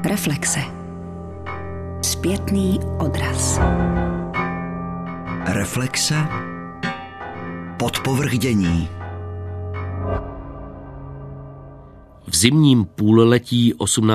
Reflexe. Zpětný odraz. Reflexe. Podpovrchdění. V zimním půlletí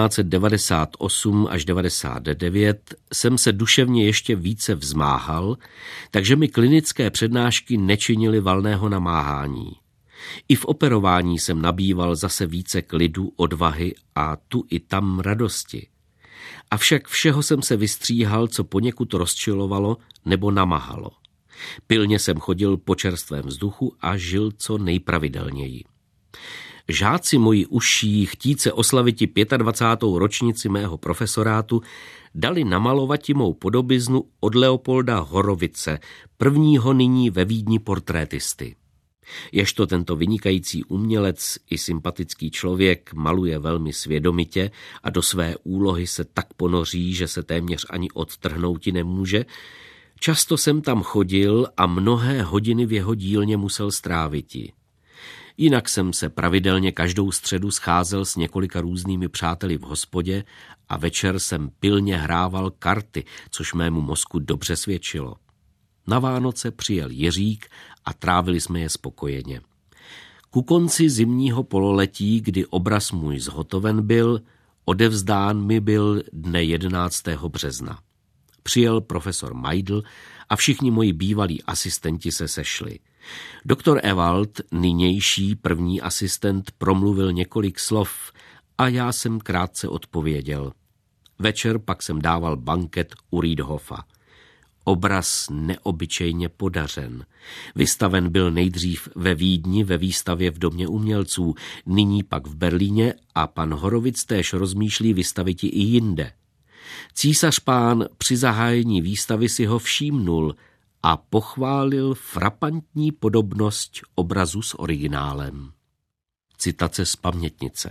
1898 až 99 jsem se duševně ještě více vzmáhal, takže mi klinické přednášky nečinily valného namáhání. I v operování jsem nabýval zase více klidu, odvahy a tu i tam radosti. Avšak všeho jsem se vystříhal, co poněkud rozčilovalo nebo namahalo. Pilně jsem chodil po čerstvém vzduchu a žil co nejpravidelněji. Žáci moji užší, chtíce oslaviti 25. ročnici mého profesorátu, dali namalovat mou podobiznu od Leopolda Horovice, prvního nyní ve Vídni portrétisty. Ježto tento vynikající umělec i sympatický člověk maluje velmi svědomitě a do své úlohy se tak ponoří, že se téměř ani odtrhnouti nemůže, často jsem tam chodil a mnohé hodiny v jeho dílně musel stráviti. Jinak jsem se pravidelně každou středu scházel s několika různými přáteli v hospodě a večer jsem pilně hrával karty, což mému mozku dobře svědčilo. Na Vánoce přijel Jiřík a trávili jsme je spokojeně. Ku konci zimního pololetí, kdy obraz můj zhotoven byl, odevzdán mi byl dne 11. března. Přijel profesor Meidl a všichni moji bývalí asistenti se sešli. Doktor Ewald, nynější první asistent, promluvil několik slov a já jsem krátce odpověděl. Večer pak jsem dával banket u Riedhofa. Obraz neobyčejně podařen. Vystaven byl nejdřív ve Vídni ve výstavě v Domě umělců, nyní pak v Berlíně a pan Horovic též rozmýšlí vystaviti i jinde. Císař pán při zahájení výstavy si ho všímnul a pochválil frapantní podobnost obrazu s originálem. Citace z pamětnice.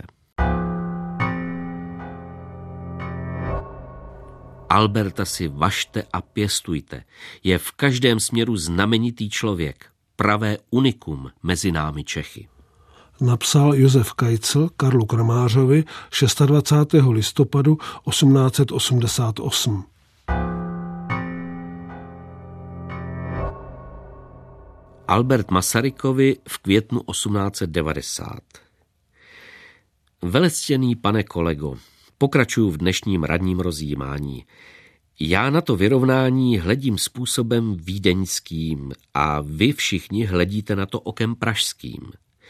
Alberta si važte a pěstujte. Je v každém směru znamenitý člověk. Pravé unikum mezi námi Čechy. Napsal Josef Kajcl Karlu Kramářovi 26. listopadu 1888. Albert Masarykovi v květnu 1890. Velectěný pane kolego, pokračuju v dnešním radním rozjímání. Já na to vyrovnání hledím způsobem vídeňským a vy všichni hledíte na to okem pražským.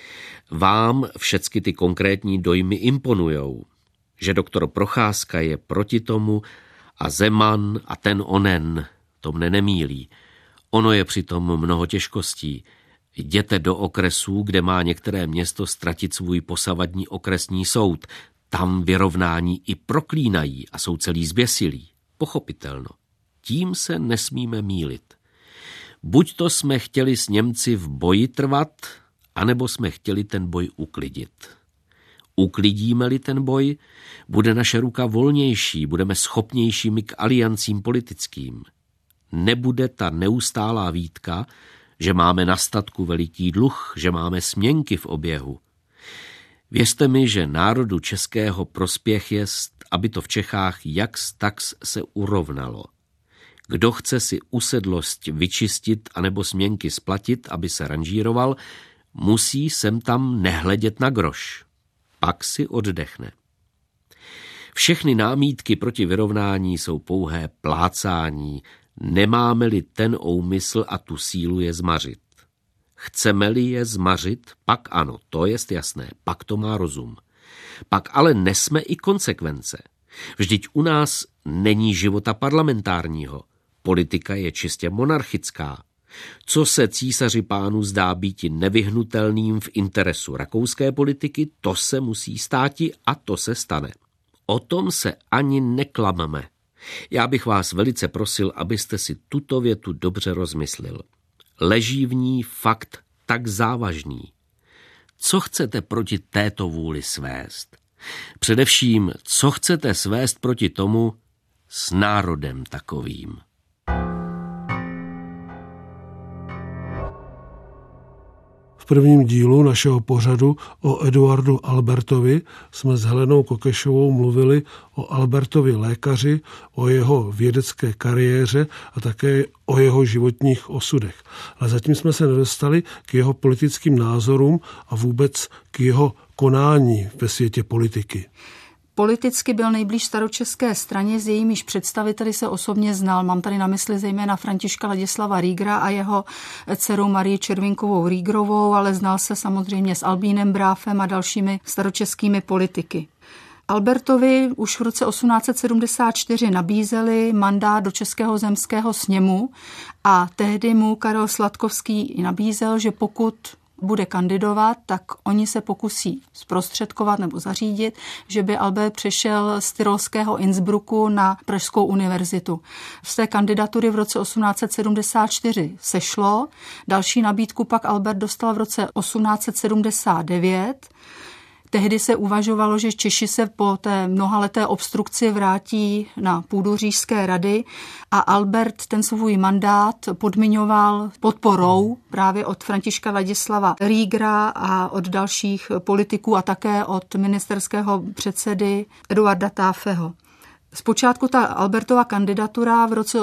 Vám všecky ty konkrétní dojmy imponujou, že doktor Procházka je proti tomu a Zeman a ten onen, to mne nemýlí. Ono je přitom mnoho těžkostí. Jděte do okresů, kde má některé město ztratit svůj posavadní okresní soud. Tam vyrovnání i proklínají a jsou celý zběsilí. Pochopitelno. Tím se nesmíme mýlit. Buď to jsme chtěli s Němci v boji trvat, anebo jsme chtěli ten boj uklidit. Uklidíme-li ten boj, bude naše ruka volnější, budeme schopnějšími k aliancím politickým. Nebude ta neustálá výtka, že máme na statku veliký dluh, že máme směnky v oběhu. Věřte mi, že národu českého prospěch jest, aby to v Čechách jaks taks se urovnalo. Kdo chce si usedlost vyčistit anebo směnky splatit, aby se ranžíroval, musí sem tam nehledět na groš. Pak si oddechne. Všechny námítky proti vyrovnání jsou pouhé plácání, nemáme-li ten úmysl a tu sílu je zmařit. Chceme-li je zmařit, pak ano, to jest jasné, pak to má rozum. Pak ale nesme i konsekvence. Vždyť u nás není života parlamentárního. Politika je čistě monarchická. Co se císaři pánu zdá býti nevyhnutelným v interesu rakouské politiky, to se musí státi a to se stane. O tom se ani neklameme. Já bych vás velice prosil, abyste si tuto větu dobře rozmyslil. Leží v ní fakt tak závažný. Co chcete proti této vůli svést? Především, co chcete svést proti tomu s národem takovým? V prvním dílu našeho pořadu o Eduardu Albertovi jsme s Helenou Kokešovou mluvili o Albertovi lékaři, o jeho vědecké kariéře a také o jeho životních osudech. Ale zatím jsme se nedostali k jeho politickým názorům a vůbec k jeho konání ve světě politiky. Politicky byl nejblíž staročeské straně, s jejímiž představiteli se osobně znal. Mám tady na mysli zejména Františka Ladislava Riegera a jeho dceru Marii Červinkovou Riegrovou, ale znal se samozřejmě s Albínem Bráfem a dalšími staročeskými politiky. Albertovi už v roce 1874 nabízeli mandát do Českého zemského sněmu a tehdy mu Karel Sladkovský nabízel, že pokud bude kandidovat, tak oni se pokusí zprostředkovat nebo zařídit, že by Albert přešel z tyrolského Innsbrucku na Pražskou univerzitu. Z té kandidatury v roce 1874 sešlo, další nabídku pak Albert dostal v roce 1879. Tehdy se uvažovalo, že Češi se po té mnohaleté obstrukci vrátí na půdu Říšské rady a Albert ten svůj mandát podmiňoval podporou právě od Františka Ladislava Riegera a od dalších politiků a také od ministerského předsedy Eduarda Táfeho. Zpočátku ta Albertova kandidatura v roce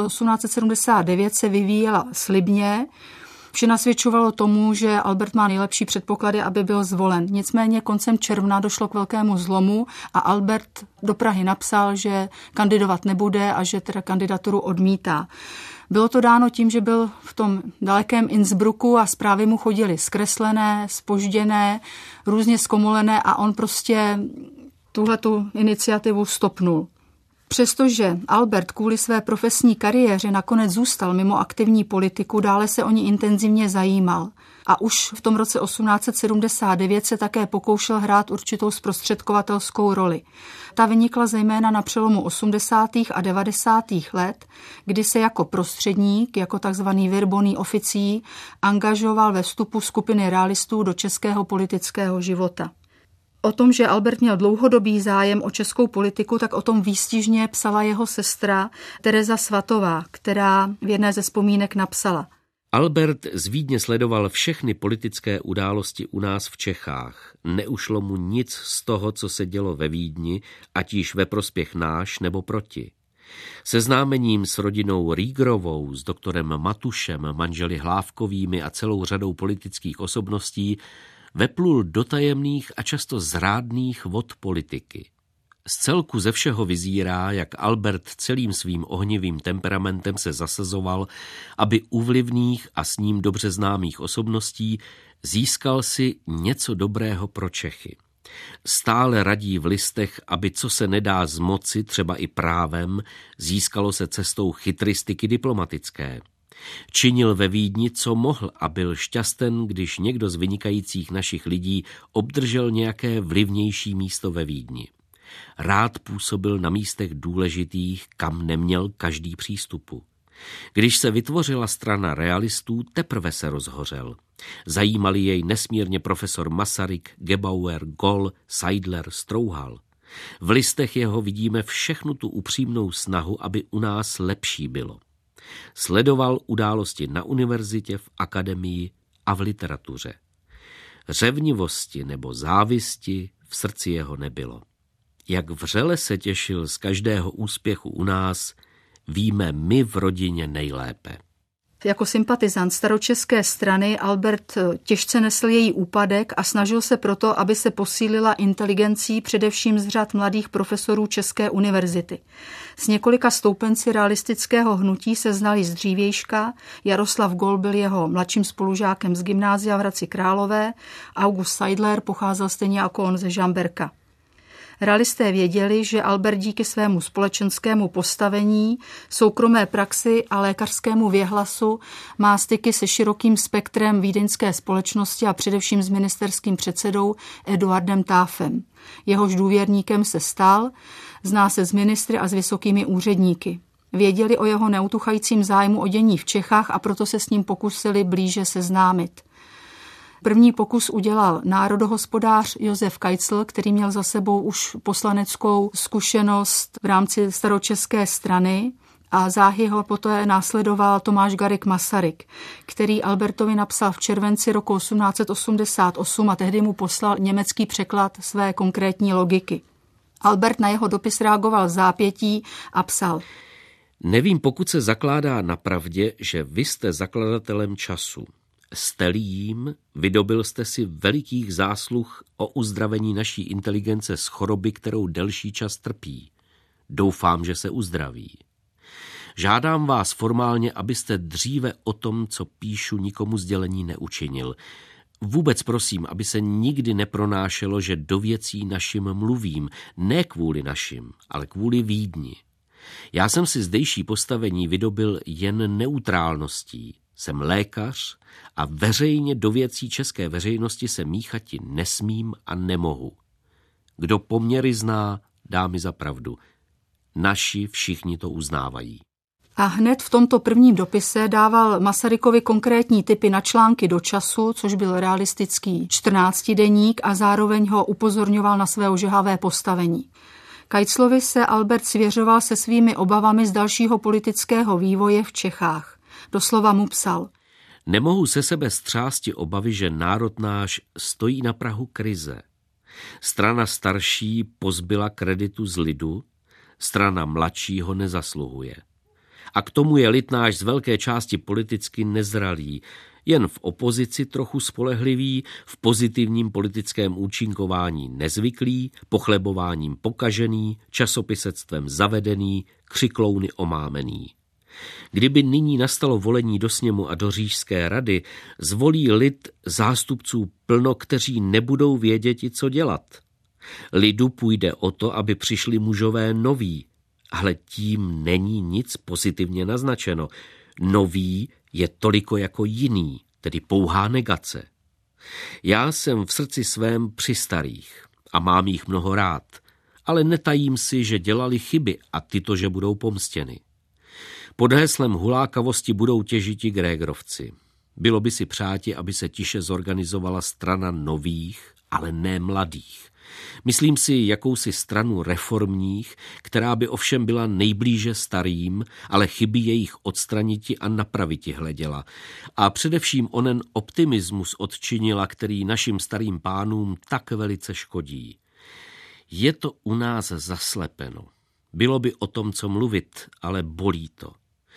1879 se vyvíjela slibně. Vše nasvědčovalo tomu, že Albert má nejlepší předpoklady, aby byl zvolen. Nicméně koncem června došlo k velkému zlomu a Albert do Prahy napsal, že kandidovat nebude a že teda kandidaturu odmítá. Bylo to dáno tím, že byl v tom dalekém Innsbrucku a zprávy mu chodily zkreslené, zpožděné, různě zkomolené a on prostě tuhletu iniciativu stopnul. Přestože Albert kvůli své profesní kariéře nakonec zůstal mimo aktivní politiku, dále se o ní intenzivně zajímal. A už v tom roce 1879 se také pokoušel hrát určitou zprostředkovatelskou roli. Ta vynikla zejména na přelomu 80. a 90. let, kdy se jako prostředník, jako takzvaný virboný oficí, angažoval ve vstupu skupiny realistů do českého politického života. O tom, že Albert měl dlouhodobý zájem o českou politiku, tak o tom výstižně psala jeho sestra Tereza Svatová, která v jedné ze vzpomínek napsala. Albert z Vídně sledoval všechny politické události u nás v Čechách. Neušlo mu nic z toho, co se dělo ve Vídni, ať již ve prospěch náš nebo proti. Seznámením s rodinou Riegrovou, s doktorem Matušem, manželi Hlávkovými a celou řadou politických osobností veplul do tajemných a často zrádných vod politiky. Zcelku ze všeho vyzírá, jak Albert celým svým ohnivým temperamentem se zasazoval, aby u vlivných a s ním dobře známých osobností získal si něco dobrého pro Čechy. Stále radí v listech, aby co se nedá z moci, třeba i právem, získalo se cestou chytristiky diplomatické. Činil ve Vídni, co mohl a byl šťasten, když někdo z vynikajících našich lidí obdržel nějaké vlivnější místo ve Vídni. Rád působil na místech důležitých, kam neměl každý přístupu. Když se vytvořila strana realistů, teprve se rozhořel. Zajímali jej nesmírně profesor Masaryk, Gebauer, Goll, Seidler, Strouhal. V listech jeho vidíme všechnu tu upřímnou snahu, aby u nás lepší bylo. Sledoval události na univerzitě, v akademii a v literatuře. Řevnivosti nebo závisti v srdci jeho nebylo. Jak vřele se těšil z každého úspěchu u nás, víme my v rodině nejlépe. Jako sympatizant staročeské strany Albert těžce nesl její úpadek a snažil se proto, aby se posílila inteligencí především z řad mladých profesorů České univerzity. S několika stoupenci realistického hnutí se znali z dřívějška, Jaroslav Goll byl jeho mladším spolužákem z gymnázia v Hradci Králové, August Seidler pocházel stejně jako on ze Žamberka. Realisté věděli, že Albert díky svému společenskému postavení, soukromé praxi a lékařskému věhlasu má styky se širokým spektrem vídeňské společnosti a především s ministerským předsedou Eduardem Táfem. Jehož důvěrníkem se stal, zná se s ministry a s vysokými úředníky. Věděli o jeho neutuchajícím zájmu o dění v Čechách a proto se s ním pokusili blíže seznámit. První pokus udělal národohospodář Josef Kajcl, který měl za sebou už poslaneckou zkušenost v rámci staročeské strany a záhy ho poté následoval Tomáš Garrigue Masaryk, který Albertovi napsal v červenci roku 1888 a tehdy mu poslal německý překlad své konkrétní logiky. Albert na jeho dopis reagoval v zápětí a psal: Nevím, pokud se zakládá na pravdě, že vy jste zakladatelem času. Jste-li jím, vydobil jste si velikých zásluh o uzdravení naší inteligence z choroby, kterou delší čas trpí. Doufám, že se uzdraví. Žádám vás formálně, abyste dříve o tom, co píšu, nikomu sdělení neučinil. Vůbec prosím, aby se nikdy nepronášelo, že do věcí našim mluvím, ne kvůli našim, ale kvůli Vídni. Já jsem si zdejší postavení vydobil jen neutrálností. Jsem lékař a veřejně do věcí české veřejnosti se míchati nesmím a nemohu. Kdo poměry zná, dá mi za pravdu. Naši všichni to uznávají. A hned v tomto prvním dopise dával Masarykovi konkrétní tipy na články do Času, což byl realistický 14denník, a zároveň ho upozorňoval na své ožehavé postavení. Keitzlovi se Albert svěřoval se svými obavami z dalšího politického vývoje v Čechách. Doslova mu psal: Nemohu se sebe střásti obavy, že národ náš stojí na prahu krize. Strana starší pozbyla kreditu z lidu, strana mladší ho nezasluhuje. A k tomu je lid náš z velké části politicky nezralý, jen v opozici trochu spolehlivý, v pozitivním politickém účinkování nezvyklý, pochlebováním pokažený, časopisectvem zavedený, křiklouny omámený. Kdyby nyní nastalo volení do sněmu a do Říšské rady, zvolí lid zástupců plno, kteří nebudou věděti, co dělat. Lidu půjde o to, aby přišli mužové noví, ale tím není nic pozitivně naznačeno. Nový je toliko jako jiný, tedy pouhá negace. Já jsem v srdci svém při starých a mám jich mnoho rád, ale netajím si, že dělali chyby a tyto, že budou pomstěny. Pod heslem hulákavosti budou těžiti Grégrovci. Bylo by si přáti, aby se tiše zorganizovala strana nových, ale ne mladých. Myslím si jakousi stranu reformních, která by ovšem byla nejblíže starým, ale chyby jejich odstraniti a napraviti hleděla. A především onen optimismus odčinila, který našim starým pánům tak velice škodí. Je to u nás zaslepeno. Bylo by o tom, co mluvit, ale bolí to.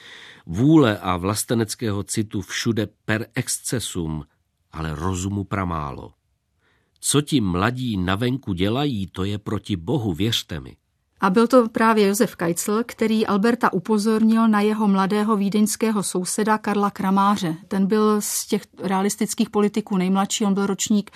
Vůle a vlasteneckého citu všude per excessum, ale rozumu pramálo. Co ti mladí navenku dělají, to je proti Bohu, věřte mi. A byl to právě Josef Keitzl, který Alberta upozornil na jeho mladého vídeňského souseda Karla Kramáře. Ten byl z těch realistických politiků nejmladší, on byl ročník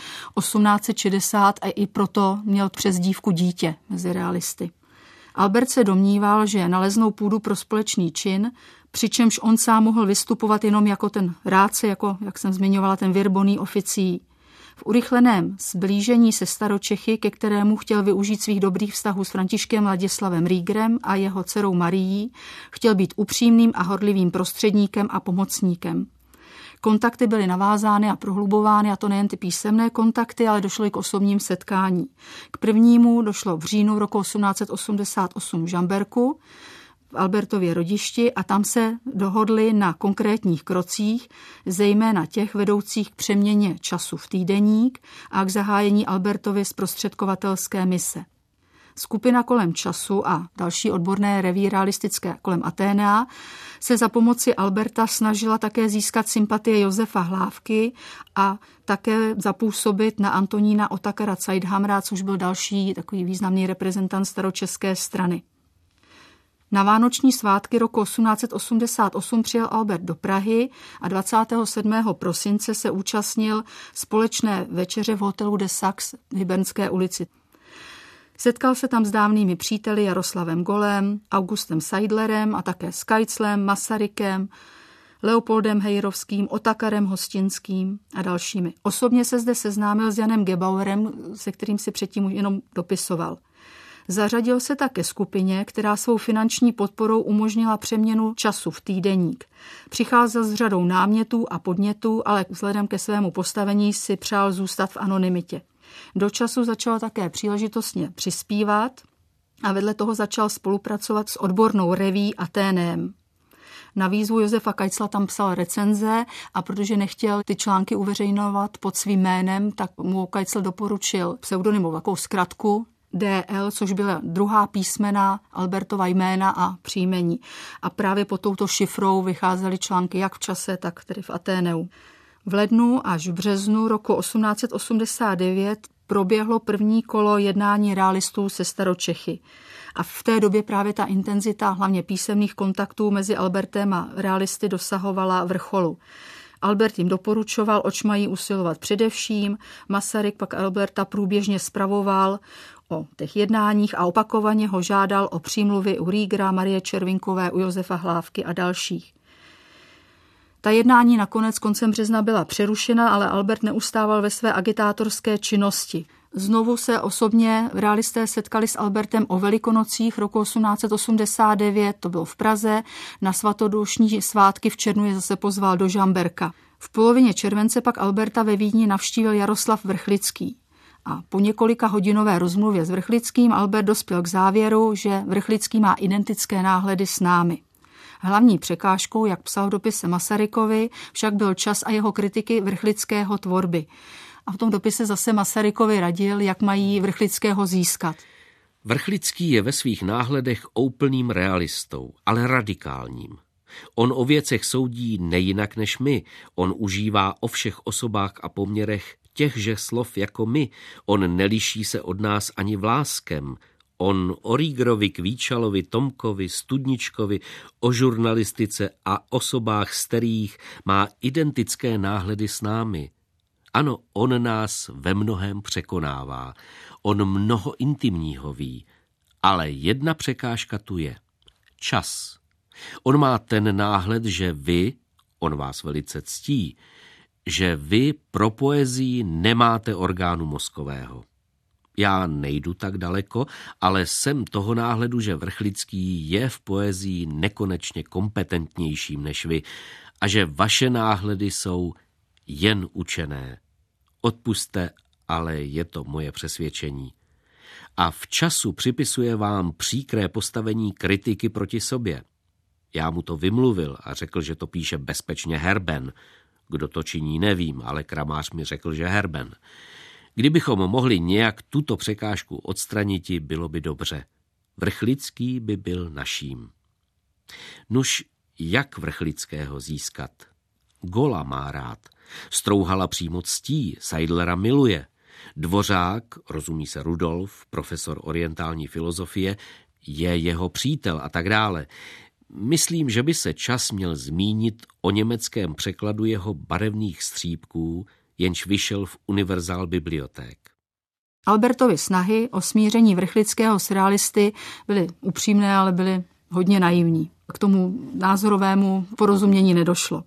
1860 a i proto měl přezdívku dítě mezi realisty. Albert se domníval, že naleznou půdu pro společný čin, přičemž on sám mohl vystupovat jenom jako ten rádce, jako, jak jsem zmiňovala, ten Virboný oficí. V urychleném sblížení se Staročechy, ke kterému chtěl využít svých dobrých vztahů s Františkem Ladislavem Rígrem a jeho dcerou Marií, chtěl být upřímným a horlivým prostředníkem a pomocníkem. Kontakty byly navázány a prohlubovány, a to nejen ty písemné kontakty, ale došlo i k osobním setkání. K prvnímu došlo v říjnu roku 1888 v Žamberku, v Albertově rodišti, a tam se dohodli na konkrétních krocích, zejména těch vedoucích k přeměně Času v týdeník a k zahájení Albertovy zprostředkovatelské mise. Skupina kolem Času a další odborné reví realistické kolem Aténea se za pomoci Alberta snažila také získat sympatie Josefa Hlávky a také zapůsobit na Antonína Otakara Zeithamera, což byl další takový významný reprezentant staročeské strany. Na vánoční svátky roku 1888 přijel Albert do Prahy a 27. prosince se účastnil společné večeře v hotelu de Sax v Hybernské ulici. Setkal se tam s dávnými příteli Jaroslavem Golem, Augustem Seidlerem a také s Keitzlem, Masarykem, Leopoldem Hejrovským, Otakarem Hostinským a dalšími. Osobně se zde seznámil s Janem Gebauerem, se kterým si předtím jenom dopisoval. Zařadil se také skupině, která svou finanční podporou umožnila přeměnu Času v týdeník. Přicházel s řadou námětů a podnětů, ale vzhledem ke svému postavení si přál zůstat v anonymitě. Do Času začal také příležitostně přispívat a vedle toho začal spolupracovat s odbornou reví Aténem. Na výzvu Josefa Keitzla tam psal recenze a protože nechtěl ty články uveřejňovat pod svým jménem, tak mu Keitzl doporučil pseudonymovou takovou zkratku DL, což byla druhá písmena Albertova jména a příjmení. A právě pod touto šifrou vycházely články jak v Čase, tak tedy v Aténeu. V lednu až v březnu roku 1889 proběhlo první kolo jednání realistů se Staročechy. A v té době právě ta intenzita hlavně písemných kontaktů mezi Albertem a realisty dosahovala vrcholu. Albert jim doporučoval, oč mají usilovat především, Masaryk pak Alberta průběžně spravoval o těch jednáních a opakovaně ho žádal o přímluvy u Riegera, Marie Červinkové, u Josefa Hlávky a dalších. Ta jednání nakonec koncem března byla přerušena, ale Albert neustával ve své agitátorské činnosti. Znovu se osobně realisté setkali s Albertem o Velikonocích roku 1889, to bylo v Praze, na svatodušní svátky v červnu je zase pozval do Žamberka. V polovině července pak Alberta ve Vídni navštívil Jaroslav Vrchlický. A po několika hodinové rozmluvě s Vrchlickým Albert dospěl k závěru, že Vrchlický má identické náhledy s námi. Hlavní překážkou, jak psal v dopise Masarykovi, však byl čas a jeho kritiky Vrchlického tvorby. A v tom dopise zase Masarykovi radil, jak mají Vrchlického získat. Vrchlický je ve svých náhledech úplným realistou, ale radikálním. On o věcech soudí nejinak než my. On užívá o všech osobách a poměrech těchže slov jako my. On neliší se od nás ani vláskem. On o Riegerovi, Kvíčalovi, Tomkovi, Studničkovi, o žurnalistice a osobách starých má identické náhledy s námi. Ano, on nás ve mnohém překonává. On mnoho intimního ví. Ale jedna překážka tu je. Čas. On má ten náhled, že vy, on vás velice ctí, že vy pro poezii nemáte orgánu mozkového. Já nejdu tak daleko, ale jsem toho náhledu, že Vrchlický je v poezii nekonečně kompetentnějším než vy a že vaše náhledy jsou jen učené. Odpusťte, ale je to moje přesvědčení. A v Času připisuje vám příkré postavení kritiky proti sobě. Já mu to vymluvil a řekl, že to píše bezpečně Herben. Kdo to činí, nevím, ale kramář mi řekl, že Herben. Kdybychom mohli nějak tuto překážku odstraniti, bylo by dobře. Vrchlický by byl naším. Nuž, jak Vrchlického získat? Gola má rád. Strouhala přímo ctí, Seidlera miluje. Dvořák, rozumí se Rudolf, profesor orientální filozofie, je jeho přítel a tak dále. Myslím, že by se Čas měl zmínit o německém překladu jeho barevných střípků, jenž vyšel v Universal Bibliothek. Albertovy snahy o smíření Vrchlického s realisty byly upřímné, ale byly hodně naivní. K tomu názorovému porozumění nedošlo.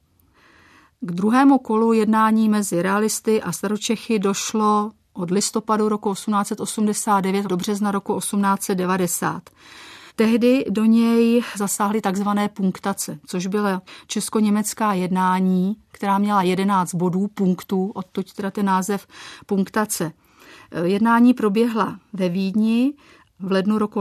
K druhému kolu jednání mezi realisty a Staročechy došlo od listopadu roku 1889 do března roku 1890. Tehdy do něj zasáhly takzvané punktace, což byla česko-německá jednání, která měla 11 bodů punktů, odtud teda ten název punktace. Jednání proběhla ve Vídni v lednu roku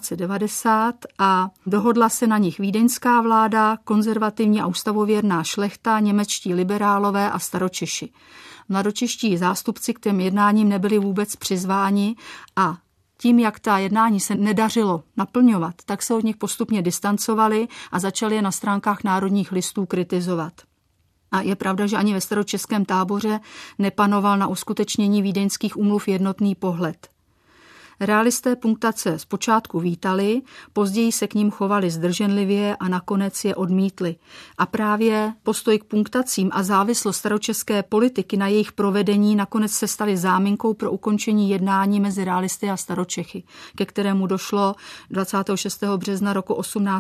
1890 a dohodla se na nich vídeňská vláda, konzervativní a ústavověrná šlechta, němečtí liberálové a staročeši. Mladočeští zástupci k těm jednáním nebyli vůbec přizváni a tím, jak ta jednání se nedařilo naplňovat, tak se od nich postupně distancovali a začali je na stránkách národních listů kritizovat. A je pravda, že ani ve staročeském táboře nepanoval na uskutečnění vídeňských úmluv jednotný pohled. Realisté punktace zpočátku vítali, později se k ním chovali zdrženlivě a nakonec je odmítli. A právě postoj k punktacím a závislost staročeské politiky na jejich provedení nakonec se staly záminkou pro ukončení jednání mezi realisty a Staročechy, ke kterému došlo 26. března roku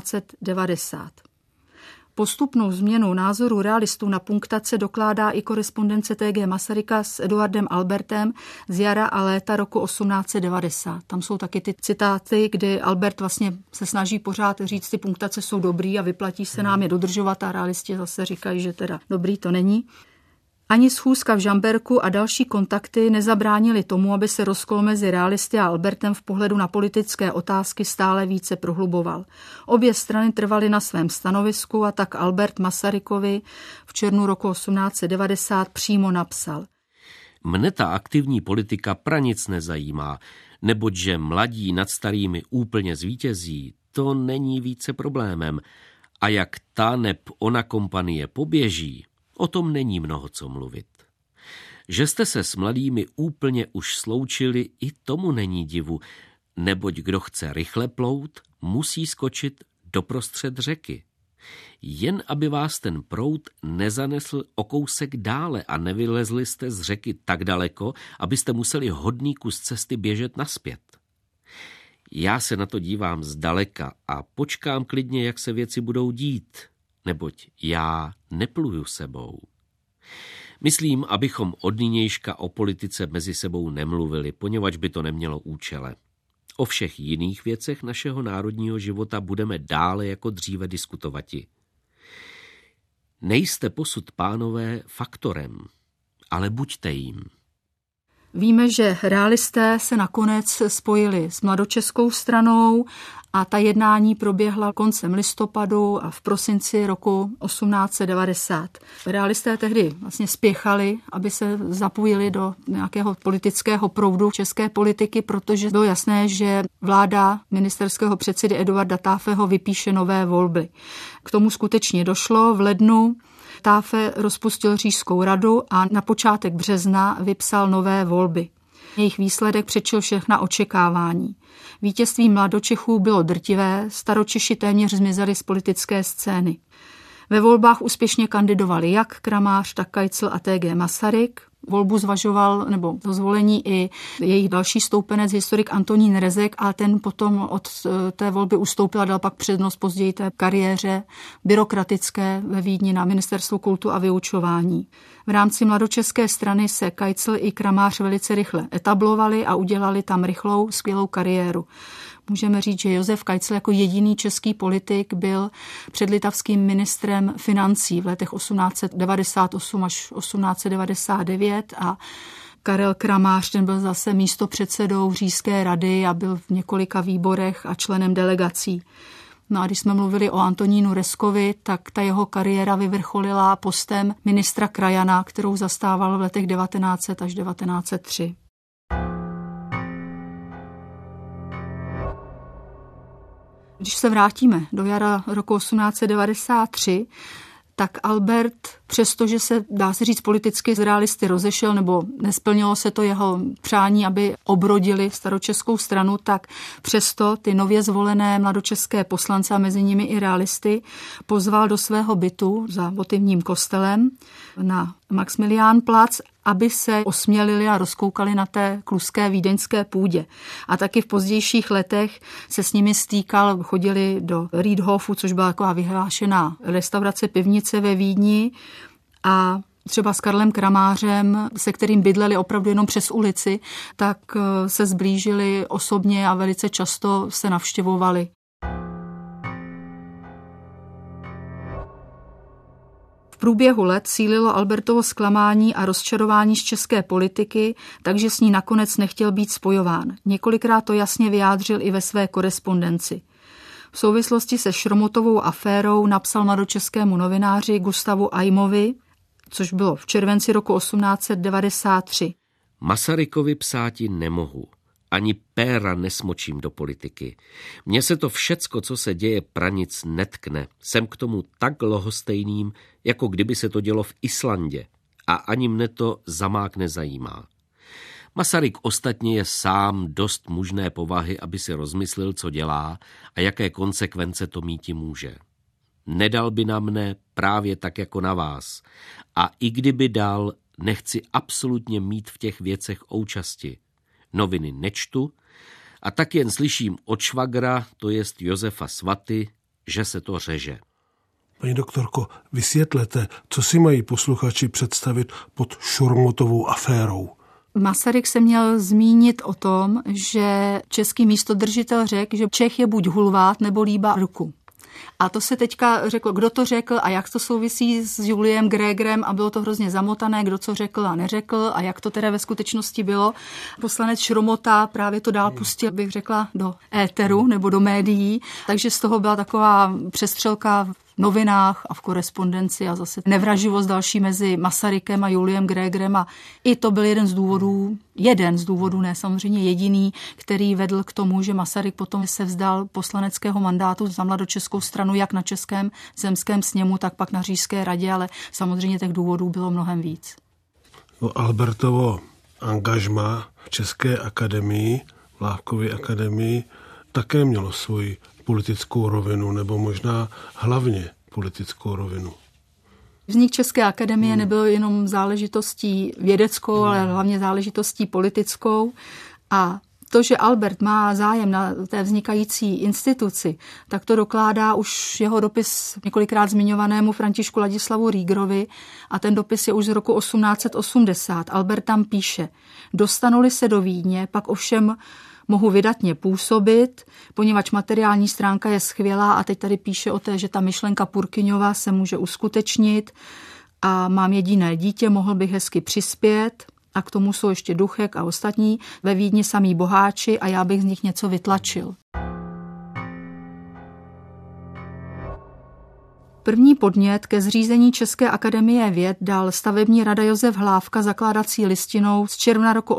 1890. Postupnou změnu názoru realistů na punktace dokládá i korespondence T.G. Masaryka s Eduardem Albertem z jara a léta roku 1890. Tam jsou taky ty citáty, kdy Albert vlastně se snaží pořád říct, ty punktace jsou dobrý a vyplatí se nám je dodržovat a realisti zase říkají, že teda dobrý to není. Ani schůzka v Žamberku a další kontakty nezabránily tomu, aby se rozkol mezi realisty a Albertem v pohledu na politické otázky stále více prohluboval. Obě strany trvaly na svém stanovisku a tak Albert Masarykovi v červnu roku 1890 přímo napsal: Mne ta aktivní politika pranic nezajímá, neboť že mladí nad starými úplně zvítězí, to není více problémem. A jak ta neb ona kompanie poběží, o tom není mnoho co mluvit. Že jste se s mladými úplně už sloučili, i tomu není divu, neboť kdo chce rychle plout, musí skočit doprostřed řeky. Jen aby vás ten proud nezanesl o kousek dále a nevylezli jste z řeky tak daleko, abyste museli hodný kus cesty běžet nazpět. Já se na to dívám zdaleka a počkám klidně, jak se věci budou dít, neboť já nepluju sebou. Myslím, abychom od nynějška o politice mezi sebou nemluvili, poněvadž by to nemělo účele. O všech jiných věcech našeho národního života budeme dále jako dříve diskutovati. Nejste posud, pánové, faktorem, ale buďte jím. Víme, že realisté se nakonec spojili s mladočeskou stranou a ta jednání proběhla koncem listopadu a v prosinci roku 1890. Realisté tehdy vlastně spěchali, aby se zapojili do nějakého politického proudu české politiky, protože bylo jasné, že vláda ministerského předsedy Eduarda Taafeho vypíše nové volby. K tomu skutečně došlo v lednu. Taafe rozpustil Říšskou radu a na počátek března vypsal nové volby. Jejich výsledek předčil všechna očekávání. Vítězství mladočechů bylo drtivé, staročeši téměř zmizeli z politické scény. Ve volbách úspěšně kandidovali jak Kramář, tak Kajcl a T.G. Masaryk. Volbu zvažoval, nebo to zvolení, i jejich další stoupenec, historik Antonín Rezek, a ten potom od té volby ustoupil a dal pak přednost později té kariéře byrokratické ve Vídni na Ministerstvu kultu a vyučování. V rámci mladočeské strany se Kajcl i Kramář velice rychle etablovali a udělali tam rychlou, skvělou kariéru. Můžeme říct, že Josef Kajcl jako jediný český politik byl předlitavským ministrem financí v letech 1898 až 1899 a Karel Kramář, ten byl zase místopředsedou Říšské rady a byl v několika výborech a členem delegací. No a když jsme mluvili o Antonínu Rezkovi, tak ta jeho kariéra vyvrcholila postem ministra krajana, kterou zastával v letech 1900 až 1903. Když se vrátíme do jara roku 1893, tak Albert, přestože se, dá se říct, politicky z realisty rozešel, nebo nesplnilo se to jeho přání, aby obrodili staročeskou stranu, tak přesto ty nově zvolené mladočeské poslance a mezi nimi i realisty pozval do svého bytu za votivním kostelem na Maxmiliánplatz, aby se osmělili a rozkoukali na té kluské vídeňské půdě. A taky v pozdějších letech se s nimi stýkal, chodili do Riedhofu, což byla taková vyhlášená restaurace, pivnice ve Vídni, a třeba s Karlem Kramářem, se kterým bydleli opravdu jenom přes ulici, tak se zblížili osobně a velice často se navštěvovali. V průběhu let sílilo Albertovo zklamání a rozčarování z české politiky, takže s ní nakonec nechtěl být spojován. Několikrát to jasně vyjádřil i ve své korespondenci. V souvislosti se Šromotovou aférou napsal mladočeskému novináři Gustavu Ajmovi, což bylo v červenci roku 1893. Masarykovi psáti nemohu. Ani péra nesmočím do politiky. Mně se to všecko, co se děje, pranic netkne. Jsem k tomu tak lhostejným, jako kdyby se to dělo v Islandě. A ani mne to zamák nezajímá. Masaryk ostatně je sám dost mužné povahy, aby si rozmyslel, co dělá a jaké konsekvence to míti může. Nedal by na mne právě tak jako na vás. A i kdyby dal, nechci absolutně mít v těch věcech účasti. Noviny nečtu a tak jen slyším od švagra, to jest Josefa Svaty, že se to řeže. Paní doktorko, vysvětlete, co si mají posluchači představit pod Šurmotovou aférou. Masaryk se měl zmínit o tom, že český místodržitel řekl, že Čech je buď hulvát nebo líbá ruku. A to se teďka řeklo, kdo to řekl a jak to souvisí s Juliem Grégrem a bylo to hrozně zamotané, kdo co řekl a neřekl a jak to teda ve skutečnosti bylo. Poslanec Šromota právě to dál pustil, bych řekla, do éteru nebo do médií, takže z toho byla taková přestřelka v novinách a v korespondenci a zase nevraživost další mezi Masarykem a Juliem Grégrem a i to byl jeden z důvodů, ne samozřejmě jediný, který vedl k tomu, že Masaryk potom se vzdal poslaneckého mandátu za mladočeskou stranu jak na Českém zemském sněmu, tak pak na Říšské radě, ale samozřejmě těch důvodů bylo mnohem víc. Albertovo angažmá v České akademii, v Hlávkově akademii, také mělo svoji politickou rovinu, nebo možná hlavně politickou rovinu. Vznik České akademie nebyl jenom záležitostí vědeckou, ale hlavně záležitostí politickou a to, že Albert má zájem na té vznikající instituci, tak to dokládá už jeho dopis několikrát zmiňovanému Františku Ladislavu Rígrovi a ten dopis je už z roku 1880. Albert tam píše: Dostanu-li se do Vídně, pak ovšem mohu vydatně působit, poněvadž materiální stránka je skvělá a teď tady píše o té, že ta myšlenka Purkyňova se může uskutečnit a mám jediné dítě, mohl bych hezky přispět a k tomu jsou ještě Duchek a ostatní ve Vídni samí boháči a já bych z nich něco vytlačil. První podnět ke zřízení České akademie věd dal stavební rada Josef Hlávka zakládací listinou z června roku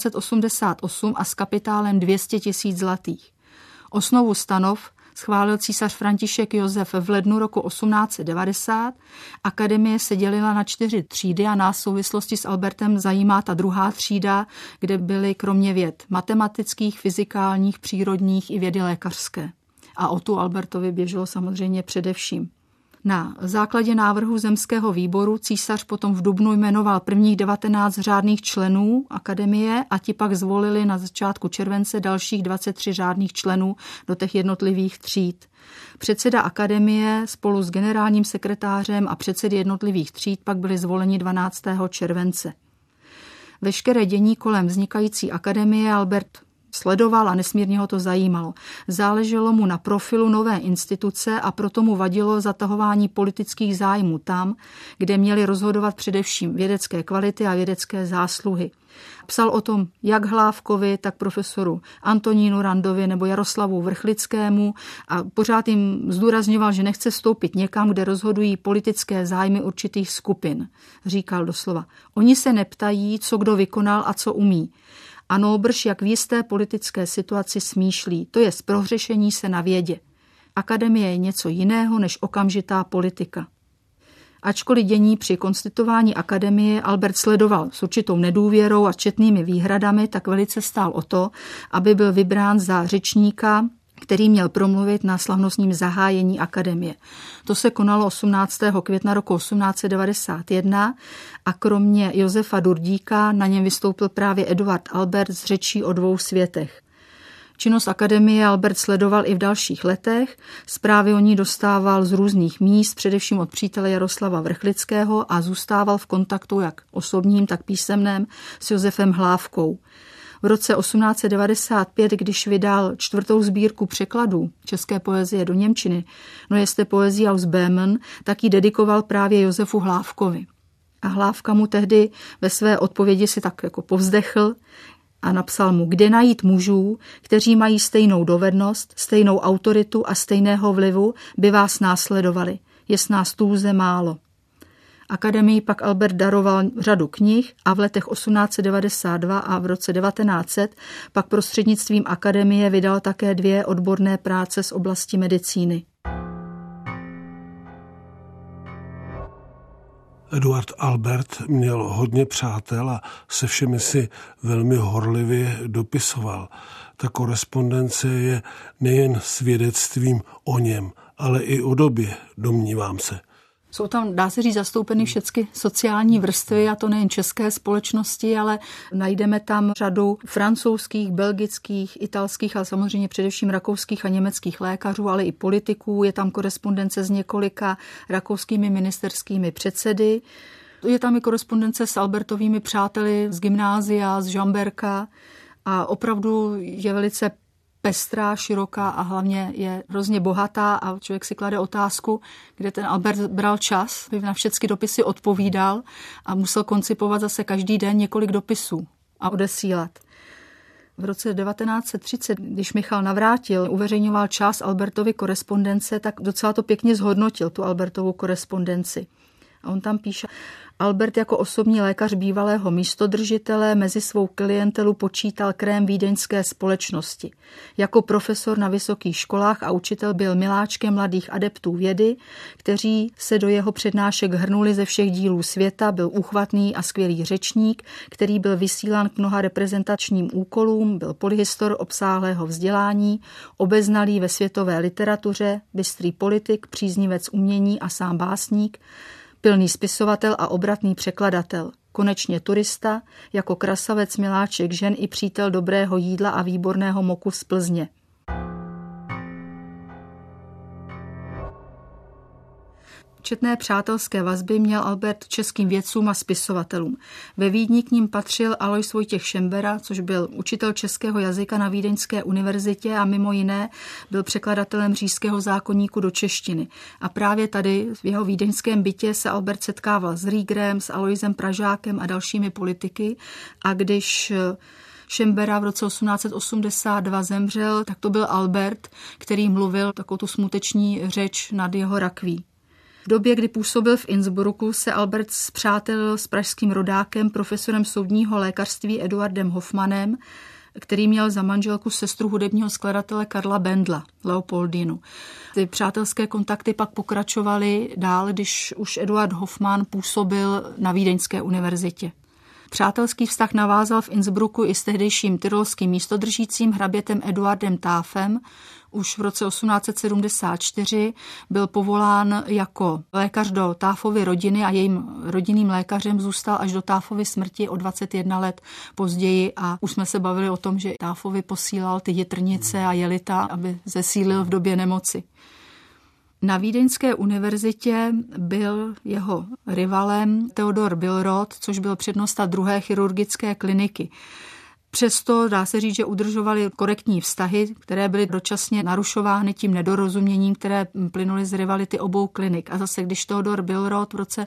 1888 a s kapitálem 200 000 zlatých. Osnovu stanov schválil císař František Josef v lednu roku 1890. Akademie se dělila na 4 třídy a nás v souvislosti s Albertem zajímá ta druhá třída, kde byly kromě věd matematických, fyzikálních, přírodních i vědy lékařské. A o tu Albertovi běželo samozřejmě především. Na základě návrhu zemského výboru císař potom v dubnu jmenoval prvních 19 řádných členů akademie a ti pak zvolili na začátku července dalších 23 řádných členů do těch jednotlivých tříd. Předseda akademie spolu s generálním sekretářem a předsedy jednotlivých tříd pak byli zvoleni 12. července. Veškeré dění kolem vznikající akademie Albert sledoval a nesmírně ho to zajímalo. Záleželo mu na profilu nové instituce a proto mu vadilo zatahování politických zájmů tam, kde měli rozhodovat především vědecké kvality a vědecké zásluhy. Psal o tom jak Hlávkovi, tak profesoru Antonínu Randovi nebo Jaroslavu Vrchlickému a pořád jim zdůrazňoval, že nechce vstoupit někam, kde rozhodují politické zájmy určitých skupin. Říkal doslova: Oni se neptají, co kdo vykonal a co umí. A nýbrž jak v jisté politické situaci smýšlí, to je prohřešení se na vědě. Akademie je něco jiného než okamžitá politika. Ačkoliv dění při konstituování akademie Albert sledoval s určitou nedůvěrou a četnými výhradami, tak velice stál o to, aby byl vybrán za řečníka, který měl promluvit na slavnostním zahájení akademie. To se konalo 18. května roku 1891 a kromě Josefa Durdíka na něm vystoupil právě Eduard Albert s řečí o 2 světech. Činnost akademie Albert sledoval i v dalších letech, zprávy o ní dostával z různých míst, především od přítele Jaroslava Vrchlického a zůstával v kontaktu jak osobním, tak písemném s Josefem Hlávkou. V roce 1895, když vydal 4. sbírku překladů české poezie do němčiny, Neueste Poesie aus Böhmen, tak ji dedikoval právě Josefu Hlávkovi. A Hlávka mu tehdy ve své odpovědi si tak jako povzdechl a napsal mu: Kde najít mužů, kteří mají stejnou dovednost, stejnou autoritu a stejného vlivu, by vás následovali. Jest nás tůze málo. Akademii pak Albert daroval řadu knih a v letech 1892 a v roce 1900 pak prostřednictvím akademie vydal také 2 odborné práce z oblasti medicíny. Eduard Albert měl hodně přátel a se všemi si velmi horlivě dopisoval. Ta korespondence je nejen svědectvím o něm, ale i o době, domnívám se. Jsou tam, dá se říct, zastoupeny všechny sociální vrstvy, a to nejen české společnosti, ale najdeme tam řadu francouzských, belgických, italských, ale samozřejmě především rakouských a německých lékařů, ale i politiků. Je tam korespondence s několika rakouskými ministerskými předsedy. Je tam i korespondence s Albertovými přáteli z gymnázia, z Žamberka a opravdu je velice pestrá, široká a hlavně je hrozně bohatá a člověk si klade otázku, kde ten Albert bral čas, aby na všechny dopisy odpovídal a musel koncipovat zase každý den několik dopisů a odesílat. V roce 1930, když Michal Navrátil uveřejňoval část Albertovy korespondence, tak docela to pěkně zhodnotil, tu Albertovu korespondenci. A on tam píše, Albert jako osobní lékař bývalého místodržitele mezi svou klientelu počítal krém vídeňské společnosti. Jako profesor na vysokých školách a učitel byl miláčkem mladých adeptů vědy, kteří se do jeho přednášek hrnuli ze všech dílů světa, byl úchvatný a skvělý řečník, který byl vysílán k mnoha reprezentačním úkolům, byl polyhistor obsáhlého vzdělání, obeznalý ve světové literatuře, bystrý politik, příznivec umění a sám básník, pilný spisovatel a obratný překladatel, konečně turista, jako krasavec, miláček žen i přítel dobrého jídla a výborného moku z Plzně. Četné přátelské vazby měl Albert českým vědcům a spisovatelům. Ve Vídni k ním patřil Alois Vojtěch Šembera, což byl učitel českého jazyka na Vídeňské univerzitě a mimo jiné byl překladatelem Říšského zákoníku do češtiny. A právě tady v jeho vídeňském bytě se Albert setkával s Riegerem, s Aloisem Pražákem a dalšími politiky. A když Šembera v roce 1882 zemřel, tak to byl Albert, který mluvil takovou tu smuteční řeč nad jeho rakví. V době, kdy působil v Innsbrucku, se Albert spřátelil s pražským rodákem, profesorem soudního lékařství Eduardem Hofmannem, který měl za manželku sestru hudebního skladatele Karla Bendla, Leopoldinu. Ty přátelské kontakty pak pokračovaly dál, když už Eduard Hofmann působil na Vídeňské univerzitě. Přátelský vztah navázal v Innsbrucku i s tehdejším tyrolským místodržícím hrabětem Eduardem Táfem. Už v roce 1874 byl povolán jako lékař do Táfovy rodiny a jejím rodinným lékařem zůstal až do Táfovy smrti o 21 let později a už jsme se bavili o tom, že Táfovi posílal ty jitrnice a jelita, aby zesílil v době nemoci. Na Vídeňské univerzitě byl jeho rivalem Theodor Billroth, což byl přednosta druhé chirurgické kliniky. Přesto dá se říct, že udržovali korektní vztahy, které byly dočasně narušovány tím nedorozuměním, které plynuly z rivality obou klinik. A zase, když Theodor Billroth v roce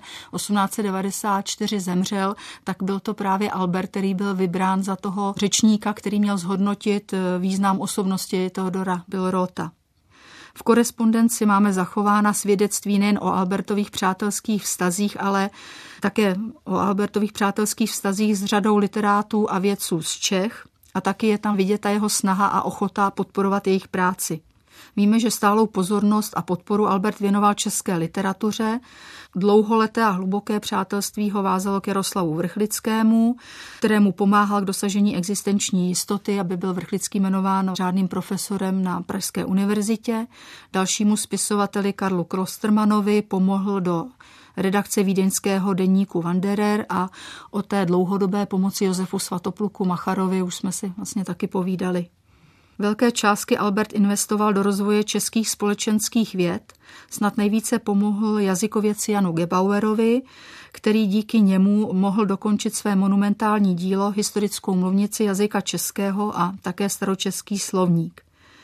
1894 zemřel, tak byl to právě Albert, který byl vybrán za toho řečníka, který měl zhodnotit význam osobnosti Theodora Billrotha. V korespondenci máme zachována svědectví nejen o Albertových přátelských vztazích, ale také o Albertových přátelských vztazích s řadou literátů a vědců z Čech a taky je tam vidět ta jeho snaha a ochota podporovat jejich práci. Víme, že stálou pozornost a podporu Albert věnoval české literatuře. Dlouholeté a hluboké přátelství ho vázalo k Jaroslavu Vrchlickému, kterému pomáhal k dosažení existenční jistoty, aby byl Vrchlický jmenován řádným profesorem na Pražské univerzitě. Dalšímu spisovateli Karlu Klostermanovi pomohl do redakce vídeňského deníku Wanderer a o té dlouhodobé pomoci Josefu Svatopluku Macharovi už jsme si vlastně taky povídali. Velké částky Albert investoval do rozvoje českých společenských věd. Snad nejvíce pomohl jazykovědci Janu Gebauerovi, který díky němu mohl dokončit své monumentální dílo Historickou mluvnici jazyka českého a také staročeský slovník.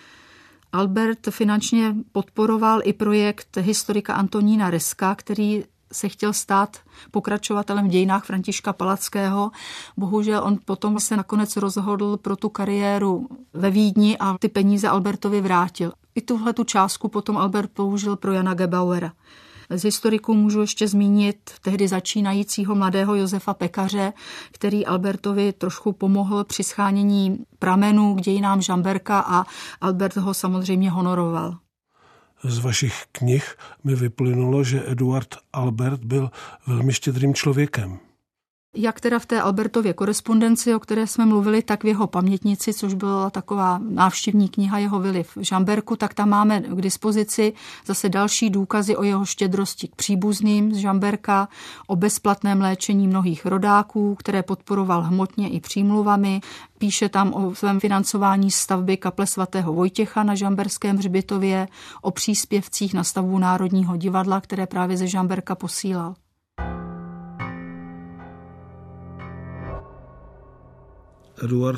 Albert finančně podporoval i projekt historika Antonína Reska, který se chtěl stát pokračovatelem v dějinách Františka Palackého. Bohužel on potom se nakonec rozhodl pro tu kariéru ve Vídni a ty peníze Albertovi vrátil. I tuhle tu částku potom Albert použil pro Jana Gebauera. Z historiků můžu ještě zmínit tehdy začínajícího mladého Josefa Pekaře, který Albertovi trošku pomohl při shánění pramenů k dějinám Žamberka a Albert ho samozřejmě honoroval. Z vašich knih mi vyplynulo, že Eduard Albert byl velmi štědrým člověkem. Jak teda v té Albertově korespondenci, o které jsme mluvili, tak v jeho pamětnici, což byla taková návštěvní kniha jeho vily v Žamberku, tak tam máme k dispozici zase další důkazy o jeho štědrosti k příbuzným z Žamberka, o bezplatném léčení mnohých rodáků, které podporoval hmotně i přímluvami. Píše tam o svém financování stavby kaple svatého Vojtěcha na Žamberském hřbitově, o příspěvcích na stavbu Národního divadla, které právě ze Žamberka posílal. Eduard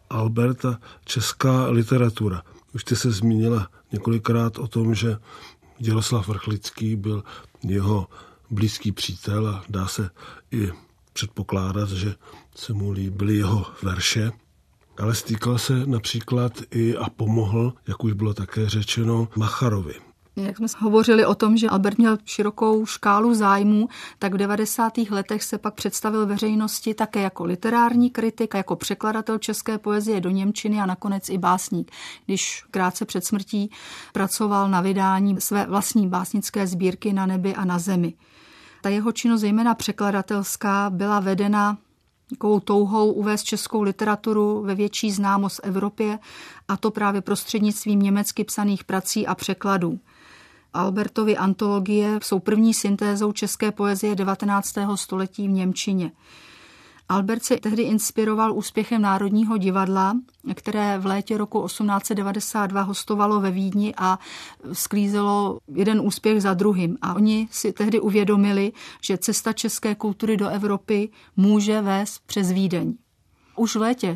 Albert a česká literatura. Už jste se zmínila několikrát o tom, že Jaroslav Vrchlický byl jeho blízký přítel a dá se i předpokládat, že se mu líbily jeho verše, ale stýkal se například i a pomohl, jak už bylo také řečeno, Macharovi. Jak jsme hovořili o tom, že Albert měl širokou škálu zájmů, tak v 90. letech se pak představil veřejnosti také jako literární kritik, jako překladatel české poezie do němčiny a nakonec i básník, když krátce před smrtí pracoval na vydání své vlastní básnické sbírky Na nebi a na zemi. Ta jeho činnost, zejména překladatelská, byla vedena takovou touhou uvést českou literaturu ve větší známost v Evropě, a to právě prostřednictvím německy psaných prací a překladů. Albertovy antologie jsou první syntézou české poezie 19. století v němčině. Albert se tehdy inspiroval úspěchem Národního divadla, které v létě roku 1892 hostovalo ve Vídni a sklízelo jeden úspěch za druhým. A oni si tehdy uvědomili, že cesta české kultury do Evropy může vést přes Vídeň. Už v létě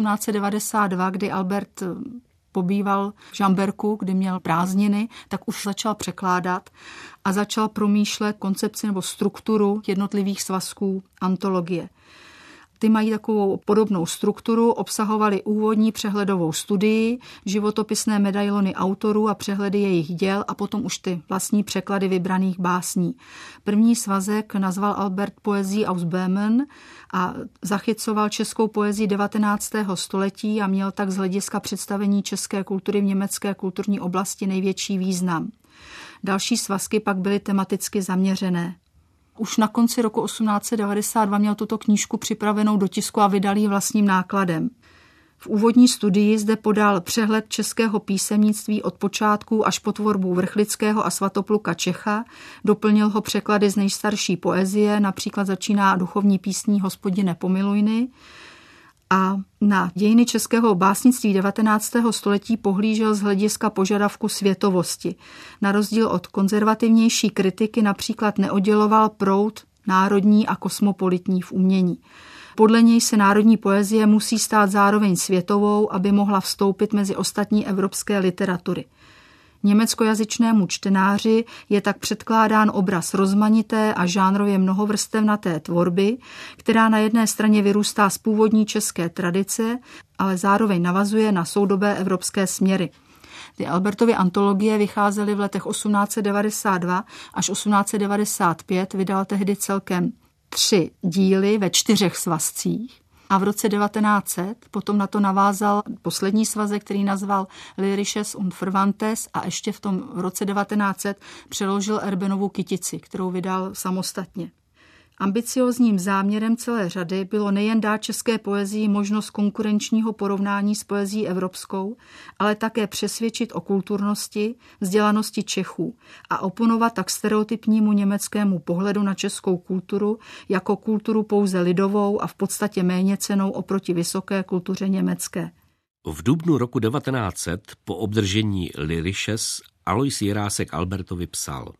1892, kdy Albert pobýval v Žamberku, kdy měl prázdniny, tak už začal překládat a začal promýšlet koncepci nebo strukturu jednotlivých svazků antologie. Ty mají takovou podobnou strukturu, obsahovaly úvodní přehledovou studii, životopisné medailony autorů a přehledy jejich děl a potom už ty vlastní překlady vybraných básní. První svazek nazval Albert Poezie aus Böhmen a zachycoval českou poezii 19. století a měl tak z hlediska představení české kultury v německé kulturní oblasti největší význam. Další svazky pak byly tematicky zaměřené. Už na konci roku 1892 měl tuto knížku připravenou do tisku a vydal ji vlastním nákladem. V úvodní studii zde podal přehled českého písemnictví od počátku až po tvorbu Vrchlického a Svatopluka Čecha, doplnil ho překlady z nejstarší poezie, například začíná duchovní písní Hospodine pomilujny, a na dějiny českého básnictví 19. století pohlížel z hlediska požadavku světovosti. Na rozdíl od konzervativnější kritiky například neodděloval proud národní a kosmopolitní v umění. Podle něj se národní poezie musí stát zároveň světovou, aby mohla vstoupit mezi ostatní evropské literatury. Německojazyčnému čtenáři je tak předkládán obraz rozmanité a žánrově mnohovrstevnaté tvorby, která na jedné straně vyrůstá z původní české tradice, ale zároveň navazuje na soudobé evropské směry. Ty Albertovy antologie vycházely v letech 1892 až 1895, vydal tehdy celkem 3 díly ve 4 svazcích. A v roce 1900 potom na to navázal poslední svazek, který nazval Lyrisches und Verwandtes, a ještě v tom roce 1900 přeložil Erbenovu Kytici, kterou vydal samostatně. Ambiciózním záměrem celé řady bylo nejen dát české poezii možnost konkurenčního porovnání s poezií evropskou, ale také přesvědčit o kulturnosti, vzdělanosti Čechů a oponovat tak stereotypnímu německému pohledu na českou kulturu jako kulturu pouze lidovou a v podstatě méněcennou oproti vysoké kultuře německé. V dubnu roku 1900 po obdržení Lyrisches Alois Jirásek Albertovi psal: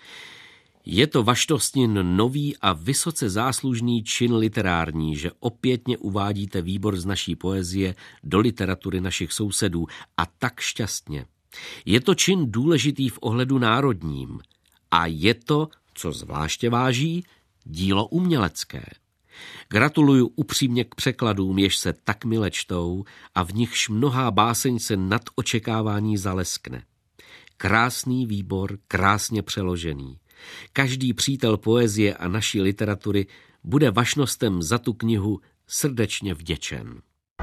Je to vaštostnin nový a vysoce záslužný čin literární, že opětně uvádíte výbor z naší poezie do literatury našich sousedů, a tak šťastně. Je to čin důležitý v ohledu národním a je to, co zvláště váží, dílo umělecké. Gratuluju upřímně k překladům, jež se tak mile čtou a v nichž mnohá báseň se nad očekávání zaleskne. Krásný výbor, krásně přeložený. Každý přítel poezie a naší literatury bude vašnostem za tu knihu srdečně vděčen.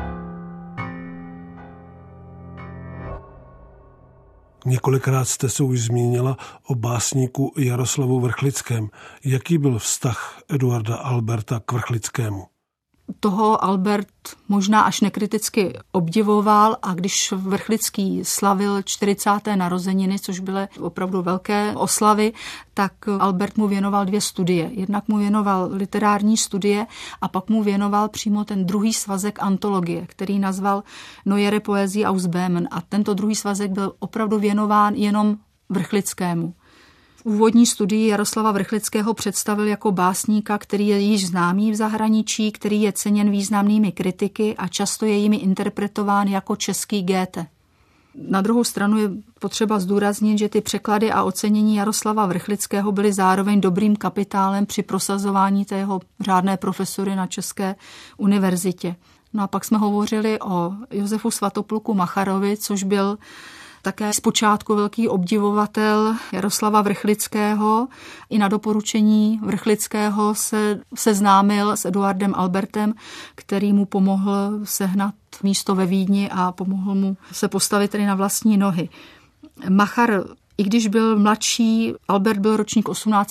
Několikrát jste se už zmínila o básníku Jaroslavu Vrchlickém. Jaký byl vztah Eduarda Alberta k Vrchlickému? Toho Albert možná až nekriticky obdivoval, a když Vrchlický slavil 40. narozeniny, což byly opravdu velké oslavy, tak Albert mu věnoval 2 studie. Jednak mu věnoval literární studie a pak mu věnoval přímo ten druhý svazek antologie, který nazval Neuere Poesie aus Böhmen. A tento druhý svazek byl opravdu věnován jenom Vrchlickému. V úvodní studii Jaroslava Vrchlického představil jako básníka, který je již známý v zahraničí, který je ceněn významnými kritiky a často je jimi interpretován jako český Goethe. Na druhou stranu je potřeba zdůraznit, že ty překlady a ocenění Jaroslava Vrchlického byly zároveň dobrým kapitálem při prosazování té jeho řádné profesury na České univerzitě. No a pak jsme hovořili o Josefu Svatopluku Macharovi, což byl také zpočátku velký obdivovatel Jaroslava Vrchlického. I na doporučení Vrchlického se seznámil s Eduardem Albertem, který mu pomohl sehnat místo ve Vídni a pomohl mu se postavit tedy na vlastní nohy. Machar, i když byl mladší, Albert byl ročník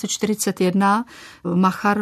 1841, Machar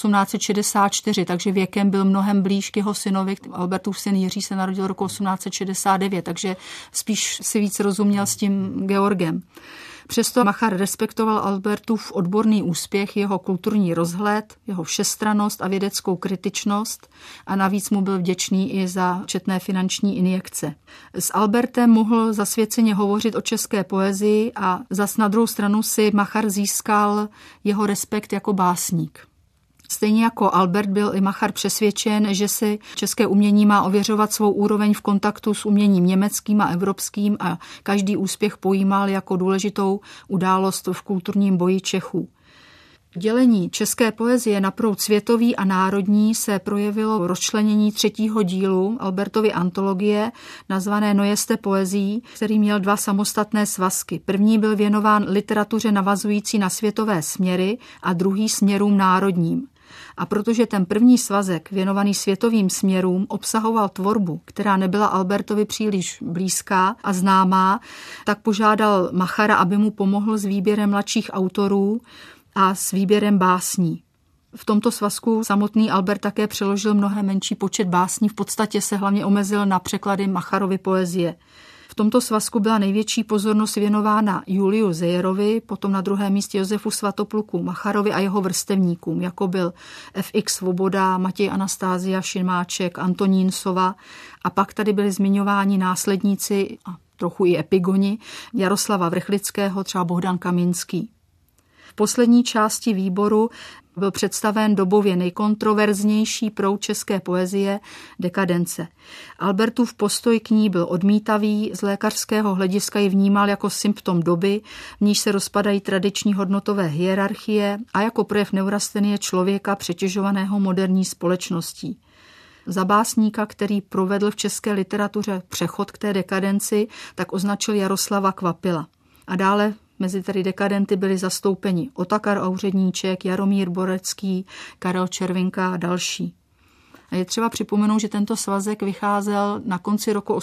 1864, takže věkem byl mnohem blíž k jeho synovi. Albertův syn Jiří se narodil roku 1869, takže spíš si víc rozuměl s tím Georgem. Přesto Machar respektoval Albertův odborný úspěch, jeho kulturní rozhled, jeho všestrannost a vědeckou kritičnost a navíc mu byl vděčný i za četné finanční injekce. S Albertem mohl zasvěceně hovořit o české poezii a zas na druhou stranu si Machar získal jeho respekt jako básník. Stejně jako Albert byl i Machar přesvědčen, že si české umění má ověřovat svou úroveň v kontaktu s uměním německým a evropským a každý úspěch pojímal jako důležitou událost v kulturním boji Čechů. Dělení české poezie na proud světový a národní se projevilo v rozčlenění 3. dílu Albertovy antologie nazvané Nojeste poezií, který měl 2 samostatné svazky. První byl věnován literatuře navazující na světové směry a druhý směrům národním. A protože ten první svazek, věnovaný světovým směrům, obsahoval tvorbu, která nebyla Albertovi příliš blízká a známá, tak požádal Machara, aby mu pomohl s výběrem mladších autorů a s výběrem básní. V tomto svazku samotný Albert také přeložil mnohem menší počet básní, v podstatě se hlavně omezil na překlady Macharovy poezie. V tomto svazku byla největší pozornost věnována Juliu Zeyerovi, potom na druhém místě Josefu Svatopluku Macharovi a jeho vrstevníkům, jako byl F.X. Svoboda, Matěj Anastázia Šimáček, Antonín Sova a pak tady byli zmiňováni následníci a trochu i epigoni Jaroslava Vrchlického, třeba Bohdan Kamínský. V poslední části výboru byl představen dobově nejkontroverznější proud české poezie dekadence. Albertův postoj k ní byl odmítavý, z lékařského hlediska ji vnímal jako symptom doby, v níž se rozpadají tradiční hodnotové hierarchie a jako projev neurastenie člověka přetěžovaného moderní společností. Za básníka, který provedl v české literatuře přechod k té dekadenci, tak označil Jaroslava Kvapila. A dále mezi tedy dekadenty byli zastoupeni Otakar Auředníček, Jaromír Borecký, Karel Červinka a další. A je třeba připomenout, že tento svazek vycházel na konci roku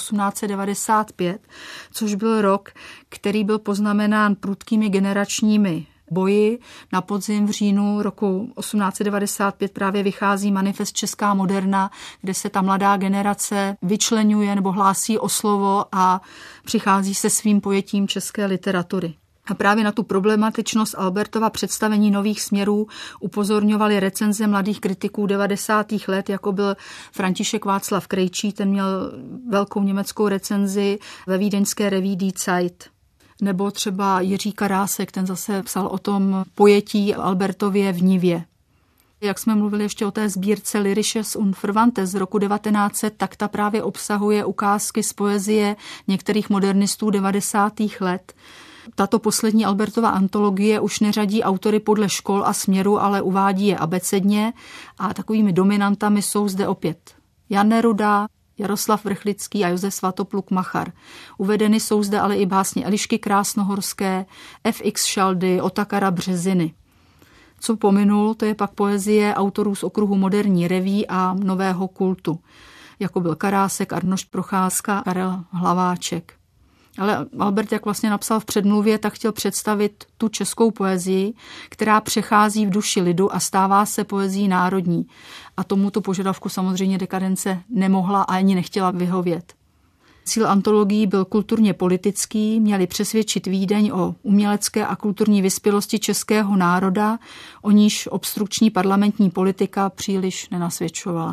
1895, což byl rok, který byl poznamenán prudkými generačními boji. Na podzim v říjnu roku 1895 právě vychází manifest Česká moderna, kde se ta mladá generace vyčleňuje nebo hlásí o slovo a přichází se svým pojetím české literatury. A právě na tu problematičnost Albertova představení nových směrů upozorňovali recenze mladých kritiků 90. let, jako byl František Václav Krejčí, ten měl velkou německou recenzi ve vídeňské reví Die Zeit. Nebo třeba Jiří Karásek, ten zase psal o tom pojetí Albertově v Nivě. Jak jsme mluvili ještě o té sbírce Lyrisches und Verwandtes z roku 1900, tak ta právě obsahuje ukázky z poezie některých modernistů 90. let. Tato poslední Albertova antologie už neřadí autory podle škol a směru, ale uvádí je abecedně a takovými dominantami jsou zde opět Jan Neruda, Jaroslav Vrchlický a Josef Svatopluk Machar. Uvedeny jsou zde ale i básně Elišky Krásnohorské, F.X. Šaldy, Otakara Březiny. Co pominul, to je pak poezie autorů z okruhu moderní reví a nového kultu, jako byl Karásek, Arnošt Procházka, Karel Hlaváček. Ale Albert, jak vlastně napsal v předmluvě, tak chtěl představit tu českou poezii, která přechází v duši lidu a stává se poezií národní. A tomuto požadavku samozřejmě dekadence nemohla a ani nechtěla vyhovět. Cíl antologií byl kulturně politický, měli přesvědčit Vídeň o umělecké a kulturní vyspělosti českého národa, o níž obstrukční parlamentní politika příliš nenasvědčovala.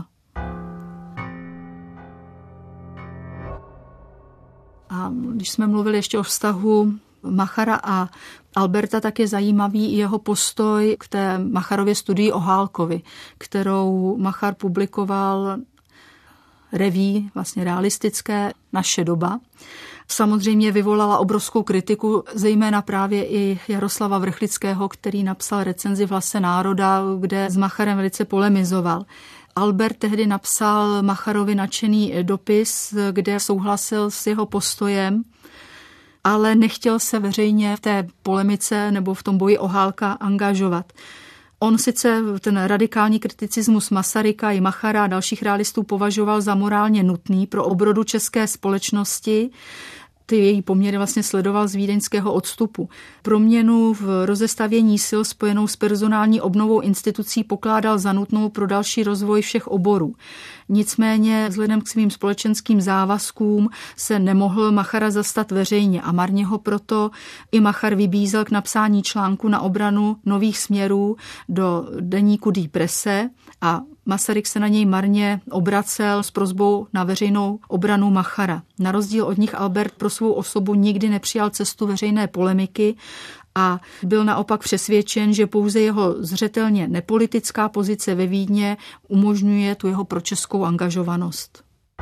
A když jsme mluvili ještě o vztahu Machara a Alberta, tak je zajímavý i jeho postoj k té Macharově studii o Hálkovi, kterou Machar publikoval reví, vlastně realistické, Naše doba. Samozřejmě vyvolala obrovskou kritiku, zejména právě i Jaroslava Vrchlického, který napsal recenzi v Hlase národa, kde s Macharem velice polemizoval. Albert tehdy napsal Macharovi nadšený dopis, kde souhlasil s jeho postojem, ale nechtěl se veřejně v té polemice nebo v tom boji o Hálka angažovat. On sice ten radikální kriticismus Masaryka i Machara a dalších realistů považoval za morálně nutný pro obrodu české společnosti, ty její poměry vlastně sledoval z vídeňského odstupu. Proměnu v rozestavění sil spojenou s personální obnovou institucí pokládal za nutnou pro další rozvoj všech oborů. Nicméně vzhledem k svým společenským závazkům se nemohl Machara zastat veřejně a marně ho proto i Machar vybízel k napsání článku na obranu nových směrů do deníku Die Presse a Masaryk se na něj marně obracel s prosbou na veřejnou obranu Machara. Na rozdíl od nich Albert pro svou osobu nikdy nepřijal cestu veřejné polemiky a byl naopak přesvědčen, že pouze jeho zřetelně nepolitická pozice ve Vídně umožňuje tu jeho pročeskou angažovanost.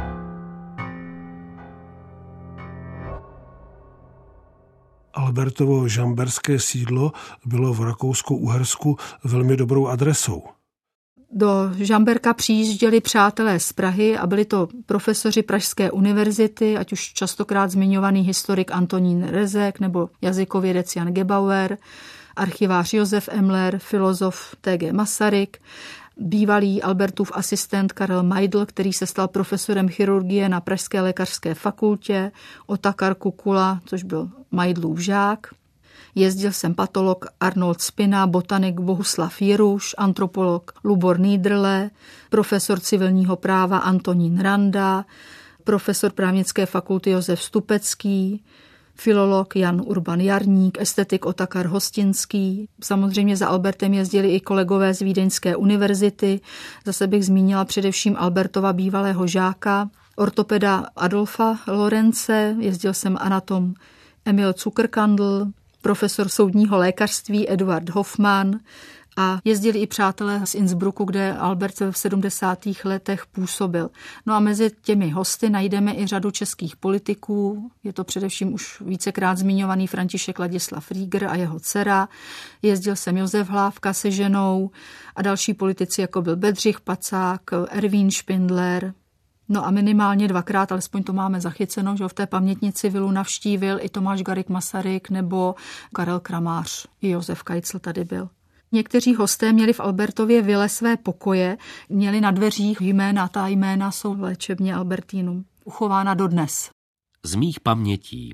Albertovo žamberské sídlo bylo v Rakousku-Uhersku velmi dobrou adresou. Do Žamberka přijížděli přátelé z Prahy a byli to profesoři Pražské univerzity, ať už častokrát zmiňovaný historik Antonín Rezek nebo jazykovědec Jan Gebauer, archivář Josef Emler, filozof T.G. Masaryk, bývalý Albertův asistent Karel Majdl, který se stal profesorem chirurgie na Pražské lékařské fakultě, Otakar Kukula, což byl Majdlův žák. Jezdil sem patolog Arnold Spina, botanik Bohuslav Jiruš, antropolog Lubor Niederle, profesor civilního práva Antonín Randa, profesor právnické fakulty Josef Stupecký, filolog Jan Urban Jarník, estetik Otakar Hostinský. Samozřejmě za Albertem jezdili i kolegové z Vídeňské univerzity. Zase bych zmínila především Albertova bývalého žáka, ortopeda Adolfa Lorence, jezdil sem anatom Emil Zuckerkandl, profesor soudního lékařství Eduard Hoffmann a jezdili i přátelé z Innsbrucku, kde Albert v 70. letech působil. No a mezi těmi hosty najdeme i řadu českých politiků. Je to především už vícekrát zmiňovaný František Ladislav Rieger a jeho dcera. Jezdil sem Josef Hlávka se ženou a další politici, jako byl Bedřich Pacák, Ervín Špindler. No a minimálně dvakrát, alespoň to máme zachyceno, že v té pamětnici vilu navštívil i Tomáš Garrigue Masaryk nebo Karel Kramář. I Josef Kajcl tady byl. Někteří hosté měli v Albertově vile své pokoje, měli na dveřích jména, ta jména jsou v léčebně Albertinum uchována dodnes. Z mých pamětí.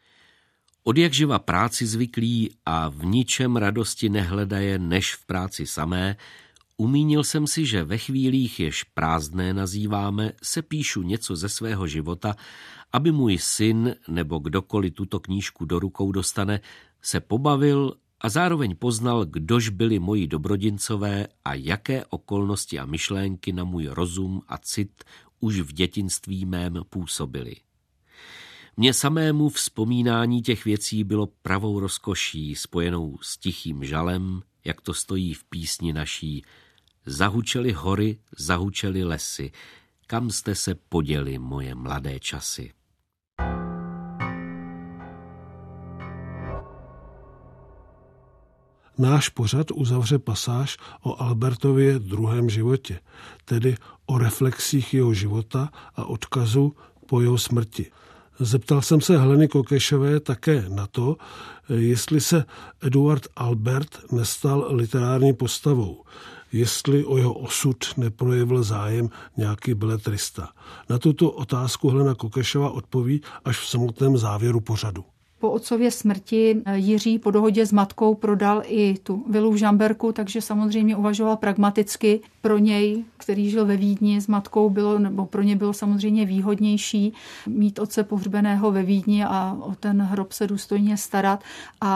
Odjakživa práci zvyklý a v ničem radosti nehledaje než v práci samé, umínil jsem si, že ve chvílích, jež prázdné nazýváme, se píšu něco ze svého života, aby můj syn nebo kdokoliv tuto knížku do rukou dostane, se pobavil a zároveň poznal, kdož byli moji dobrodincové a jaké okolnosti a myšlénky na můj rozum a cit už v dětinství mém působily. Mně samému vzpomínání těch věcí bylo pravou rozkoší, spojenou s tichým žalem, jak to stojí v písni naší. Zahučely hory, zahučely lesy, kam jste se poděli, moje mladé časy. Náš pořad uzavře pasáž o Albertově druhém životě, tedy o reflexích jeho života a odkazu po jeho smrti. Zeptal jsem se Heleny Kokešové také na to, jestli se Eduard Albert nestal literární postavou, jestli o jeho osud neprojevil zájem nějaký beletrista. Na tuto otázku Helena Kokešová odpoví až v samotném závěru pořadu. Po otcově smrti Jiří po dohodě s matkou prodal i tu vilu v Žamberku, takže samozřejmě uvažoval pragmaticky. Pro něj, který žil ve Vídni s matkou, pro ně bylo samozřejmě výhodnější mít otce pohřbeného ve Vídni a o ten hrob se důstojně starat. A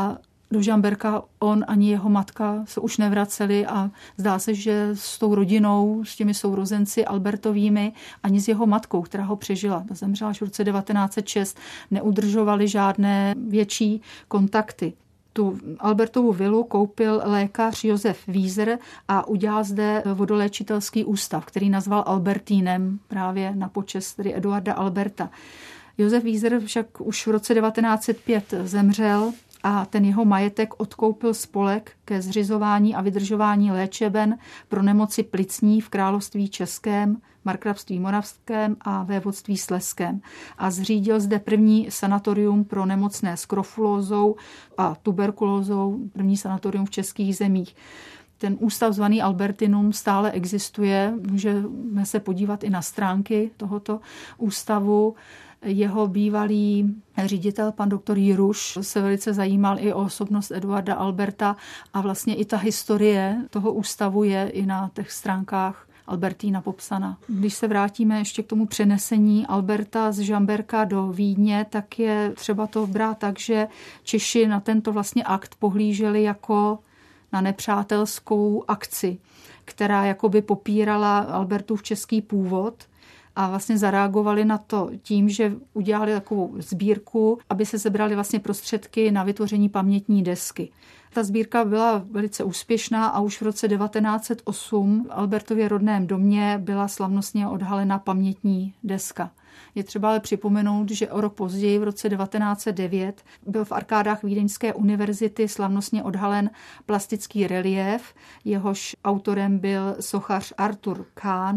Do Žamberka on ani jeho matka se už nevraceli a zdá se, že s tou rodinou, s těmi sourozenci Albertovými, ani s jeho matkou, která ho přežila, ta zemřela až v roce 1906, neudržovali žádné větší kontakty. Tu Albertovu vilu koupil lékař Josef Wieser a udělal zde vodoléčitelský ústav, který nazval Albertínem právě na počest tedy Eduarda Alberta. Josef Wieser však už v roce 1905 zemřel a ten jeho majetek odkoupil spolek ke zřizování a vydržování léčeben pro nemoci plicní v království českém, markrabství moravském a vévodství slezském. A zřídil zde první sanatorium pro nemocné skrofulózou a tuberkulózou, první sanatorium v českých zemích. Ten ústav zvaný Albertinum stále existuje, můžeme se podívat i na stránky tohoto ústavu. Jeho bývalý ředitel, pan doktor Jiruš, se velice zajímal i o osobnost Eduarda Alberta a vlastně i ta historie toho ústavu je i na těch stránkách Albertína popsaná. Když se vrátíme ještě k tomu přenesení Alberta z Žamberka do Vídně, tak je třeba to brát tak, že Češi na tento vlastně akt pohlíželi jako na nepřátelskou akci, která jakoby popírala Albertův český původ a vlastně zareagovali na to tím, že udělali takovou sbírku, aby se sebrali vlastně prostředky na vytvoření pamětní desky. Ta sbírka byla velice úspěšná a už v roce 1908 v Albertově rodném domě byla slavnostně odhalena pamětní deska. Je třeba ale připomenout, že o rok později, v roce 1909, byl v arkádách Vídeňské univerzity slavnostně odhalen plastický reliéf, jehož autorem byl sochař Artur Kahn.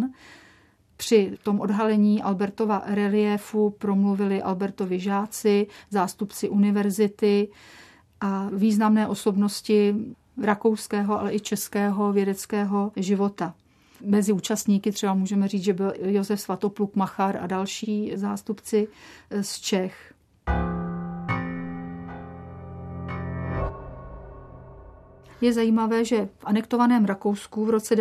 Při tom odhalení Albertova reliéfu promluvili Albertovi žáci, zástupci univerzity a významné osobnosti rakouského, ale i českého vědeckého života. Mezi účastníky třeba můžeme říct, že byl Josef Svatopluk Machar a další zástupci z Čech. Je zajímavé, že v anektovaném Rakousku v roce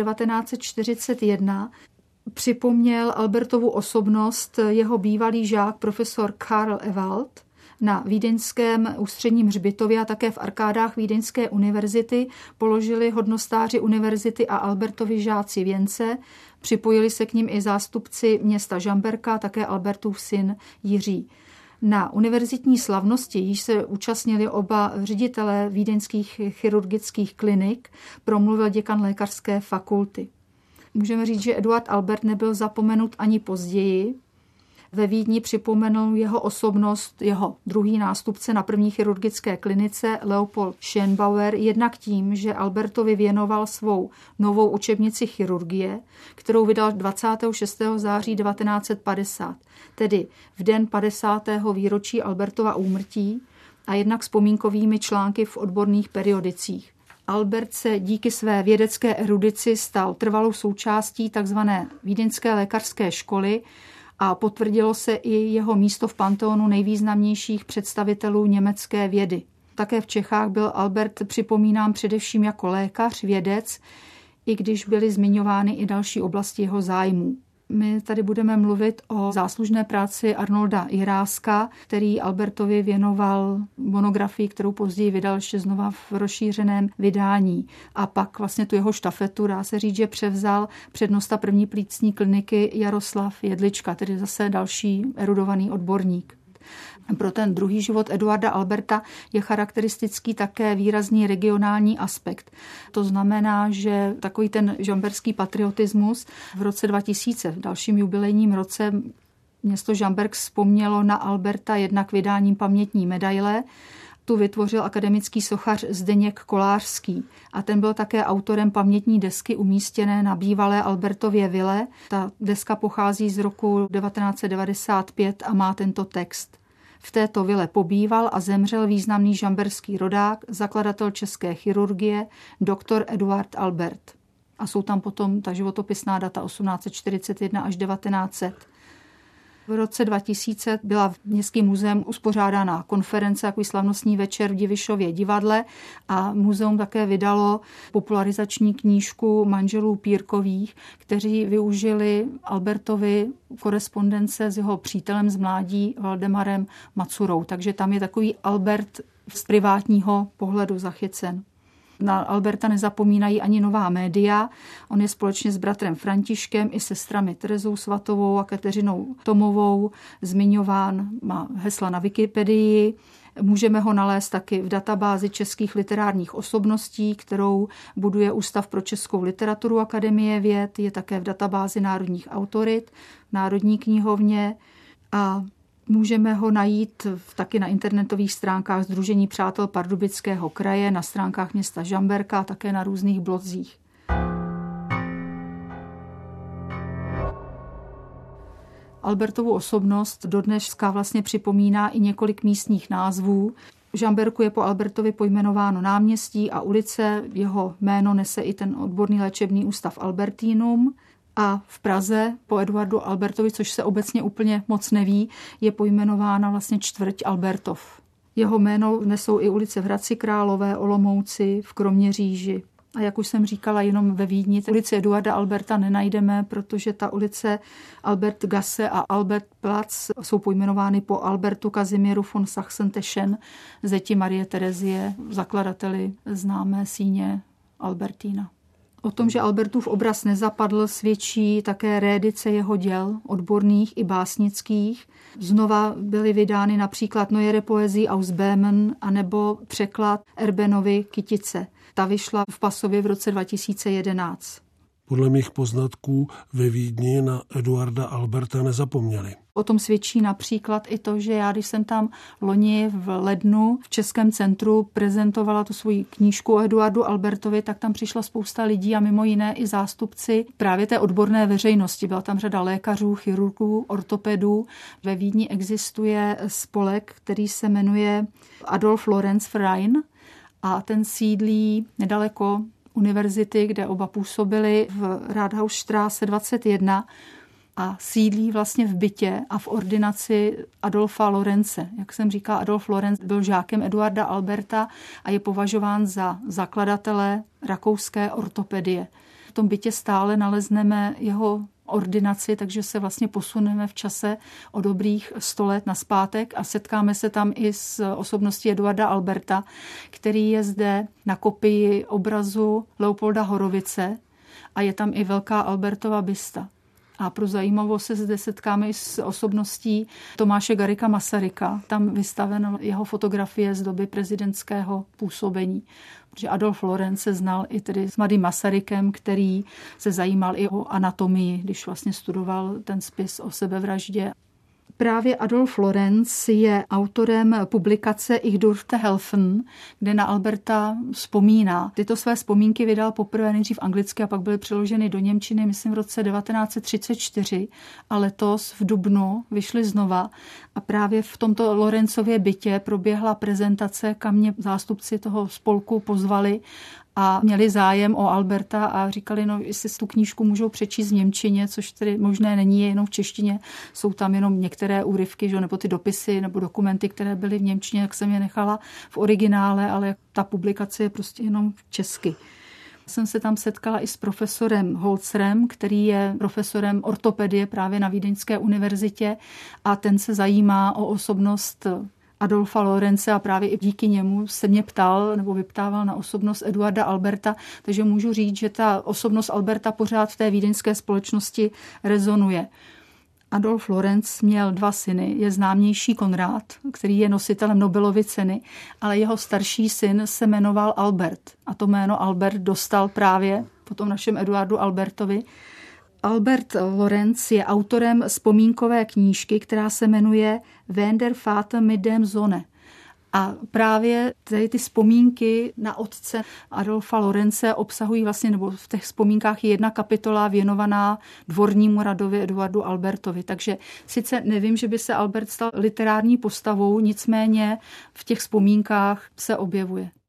1941 připomněl Albertovu osobnost jeho bývalý žák profesor Karl Ewald. Na vídeňském ústředním hřbitově a také v arkádách Vídeňské univerzity položili hodnostáři univerzity a Albertovi žáci věnce. Připojili se k nim i zástupci města Žamberka, také Albertův syn Jiří. Na univerzitní slavnosti, již se účastnili oba ředitelé vídeňských chirurgických klinik, promluvil děkan lékařské fakulty. Můžeme říct, že Eduard Albert nebyl zapomenut ani později. Ve Vídni připomenul jeho osobnost, jeho druhý nástupce na první chirurgické klinice Leopold Schönbauer, jednak tím, že Albertovi věnoval svou novou učebnici chirurgie, kterou vydal 26. září 1950, tedy v den 50. výročí Albertova úmrtí, a jednak vzpomínkovými články v odborných periodicích. Albert se díky své vědecké erudici stal trvalou součástí tzv. Vídeňské lékařské školy a potvrdilo se i jeho místo v panteonu nejvýznamnějších představitelů německé vědy. Také v Čechách byl Albert připomínán především jako lékař, vědec, i když byly zmiňovány i další oblasti jeho zájmů. My tady budeme mluvit o záslužné práci Arnolda Jiráska, který Albertovi věnoval monografii, kterou později vydal ještě znova v rozšířeném vydání. A pak vlastně tu jeho štafetu, dá se říct, že převzal přednosta první plicní kliniky Jaroslav Jedlička, tedy zase další erudovaný odborník. Pro ten druhý život Eduarda Alberta je charakteristický také výrazný regionální aspekt. To znamená, že takový ten žamberský patriotismus v roce 2000, v dalším jubilejním roce, město Žamberk vzpomnělo na Alberta jednak vydáním pamětní medaile. Tu vytvořil akademický sochař Zdeněk Kolářský a ten byl také autorem pamětní desky umístěné na bývalé Albertově vile. Ta deska pochází z roku 1995 a má tento text. V této vile pobýval a zemřel významný žamberský rodák, zakladatel české chirurgie, doktor Eduard Albert. A jsou tam potom ta životopisná data 1841 až 1900. V roce 2000 byla v Městském muzeum uspořádána konference, takový slavnostní večer v Divišově divadle a muzeum také vydalo popularizační knížku manželů Pírkových, kteří využili Albertovy korespondence s jeho přítelem z mládí Valdemarem Macurou. Takže tam je takový Albert z privátního pohledu zachycen. Na Alberta nezapomínají ani nová média. On je společně s bratrem Františkem i sestrami Terezou Svatovou a Kateřinou Tomovou zmiňován, má hesla na Wikipedii. Můžeme ho nalézt taky v databázi českých literárních osobností, kterou buduje Ústav pro českou literaturu Akademie věd. Je také v databázi národních autorit, v Národní knihovně a můžeme ho najít taky na internetových stránkách Sdružení přátel Pardubického kraje, na stránkách města Žamberka a také na různých blozích. Albertovu osobnost dodneška vlastně připomíná i několik místních názvů. V Žamberku je po Albertovi pojmenováno náměstí a ulice, jeho jméno nese i ten odborný léčebný ústav Albertinum. A v Praze po Eduardu Albertovi, což se obecně úplně moc neví, je pojmenována vlastně čtvrť Albertov. Jeho jméno nesou i ulice v Hradci Králové, Olomouci, v Kroměříži. A jak už jsem říkala, jenom ve Vídni ulici Eduarda Alberta nenajdeme, protože ta ulice Albert Gasse a Albert Platz jsou pojmenovány po Albertu Kazimieru von Sachsen-Teschen, zeti Marie Terezie, zakladateli známé síně Albertína. O tom, že Albertův obraz nezapadl, svědčí také réedice jeho děl, odborných i básnických. Znova byly vydány například Neuere Poesie aus Böhmen anebo překlad Erbenovy Kytice. Ta vyšla v Pasově v roce 2011. Podle mých poznatků ve Vídni na Eduarda Alberta nezapomněli. O tom svědčí například i to, že já, když jsem tam loni v lednu v Českém centru prezentovala tu svoji knížku o Eduardu Albertovi, tak tam přišla spousta lidí a mimo jiné i zástupci právě té odborné veřejnosti. Byla tam řada lékařů, chirurgů, ortopedů. Ve Vídni existuje spolek, který se jmenuje Adolf Lorenz Verein a ten sídlí nedaleko univerzity, kde oba působili v Rathausstraße 21 a sídlí vlastně v bytě a v ordinaci Adolfa Lorence. Jak jsem říkala, Adolf Lorenz byl žákem Eduarda Alberta a je považován za zakladatele rakouské ortopedie. V tom bytě stále nalezneme jeho ordinaci, takže se vlastně posuneme v čase o dobrých 100 let nazpátek a setkáme se tam i s osobností Eduarda Alberta, který je zde na kopii obrazu Leopolda Horovice a je tam i velká Albertova bysta. A pro zajímavost se zde setkáme i s osobností Tomáše Garrigua Masaryka. Tam vystavena jeho fotografie z doby prezidentského působení. Protože Adolf Lorenz se znal i tedy s mladým Masarykem, který se zajímal i o anatomii, když vlastně studoval ten spis o sebevraždě. Právě Adolf Lorenz je autorem publikace Ich durfte helfen, kde na Alberta vzpomíná. Tyto své vzpomínky vydal poprvé nejdřív anglicky a pak byly přeloženy do němčiny, myslím v roce 1934 a letos v dubnu vyšly znova a právě v tomto Lorenzově bytě proběhla prezentace, kam mě zástupci toho spolku pozvali a měli zájem o Alberta a říkali, no jestli tu knížku můžou přečíst v němčině, což tedy možné není, je jenom v češtině, jsou tam jenom některé úryvky, že, nebo ty dopisy nebo dokumenty, které byly v němčině, jak jsem je nechala v originále, ale ta publikace je prostě jenom v česky. Jsem se tam setkala i s profesorem Holzerem, který je profesorem ortopedie právě na Vídeňské univerzitě a ten se zajímá o osobnost Adolfa Lorence a právě i díky němu se mě ptal nebo vyptával na osobnost Eduarda Alberta, takže můžu říct, že ta osobnost Alberta pořád v té vídeňské společnosti rezonuje. Adolf Lorenz měl 2 syny, je známější Konrád, který je nositelem Nobelovy ceny, ale jeho starší syn se jmenoval Albert a to jméno Albert dostal právě po tom našem Eduardu Albertovi. Albert Lorenz je autorem vzpomínkové knížky, která se jmenuje Wenn der Vater mit dem Sohne. A právě ty vzpomínky na otce Adolfa Lorence obsahují vlastně, nebo v těch vzpomínkách je jedna kapitola věnovaná dvornímu radovi Eduardu Albertovi. Takže sice nevím, že by se Albert stal literární postavou, nicméně v těch vzpomínkách se objevuje.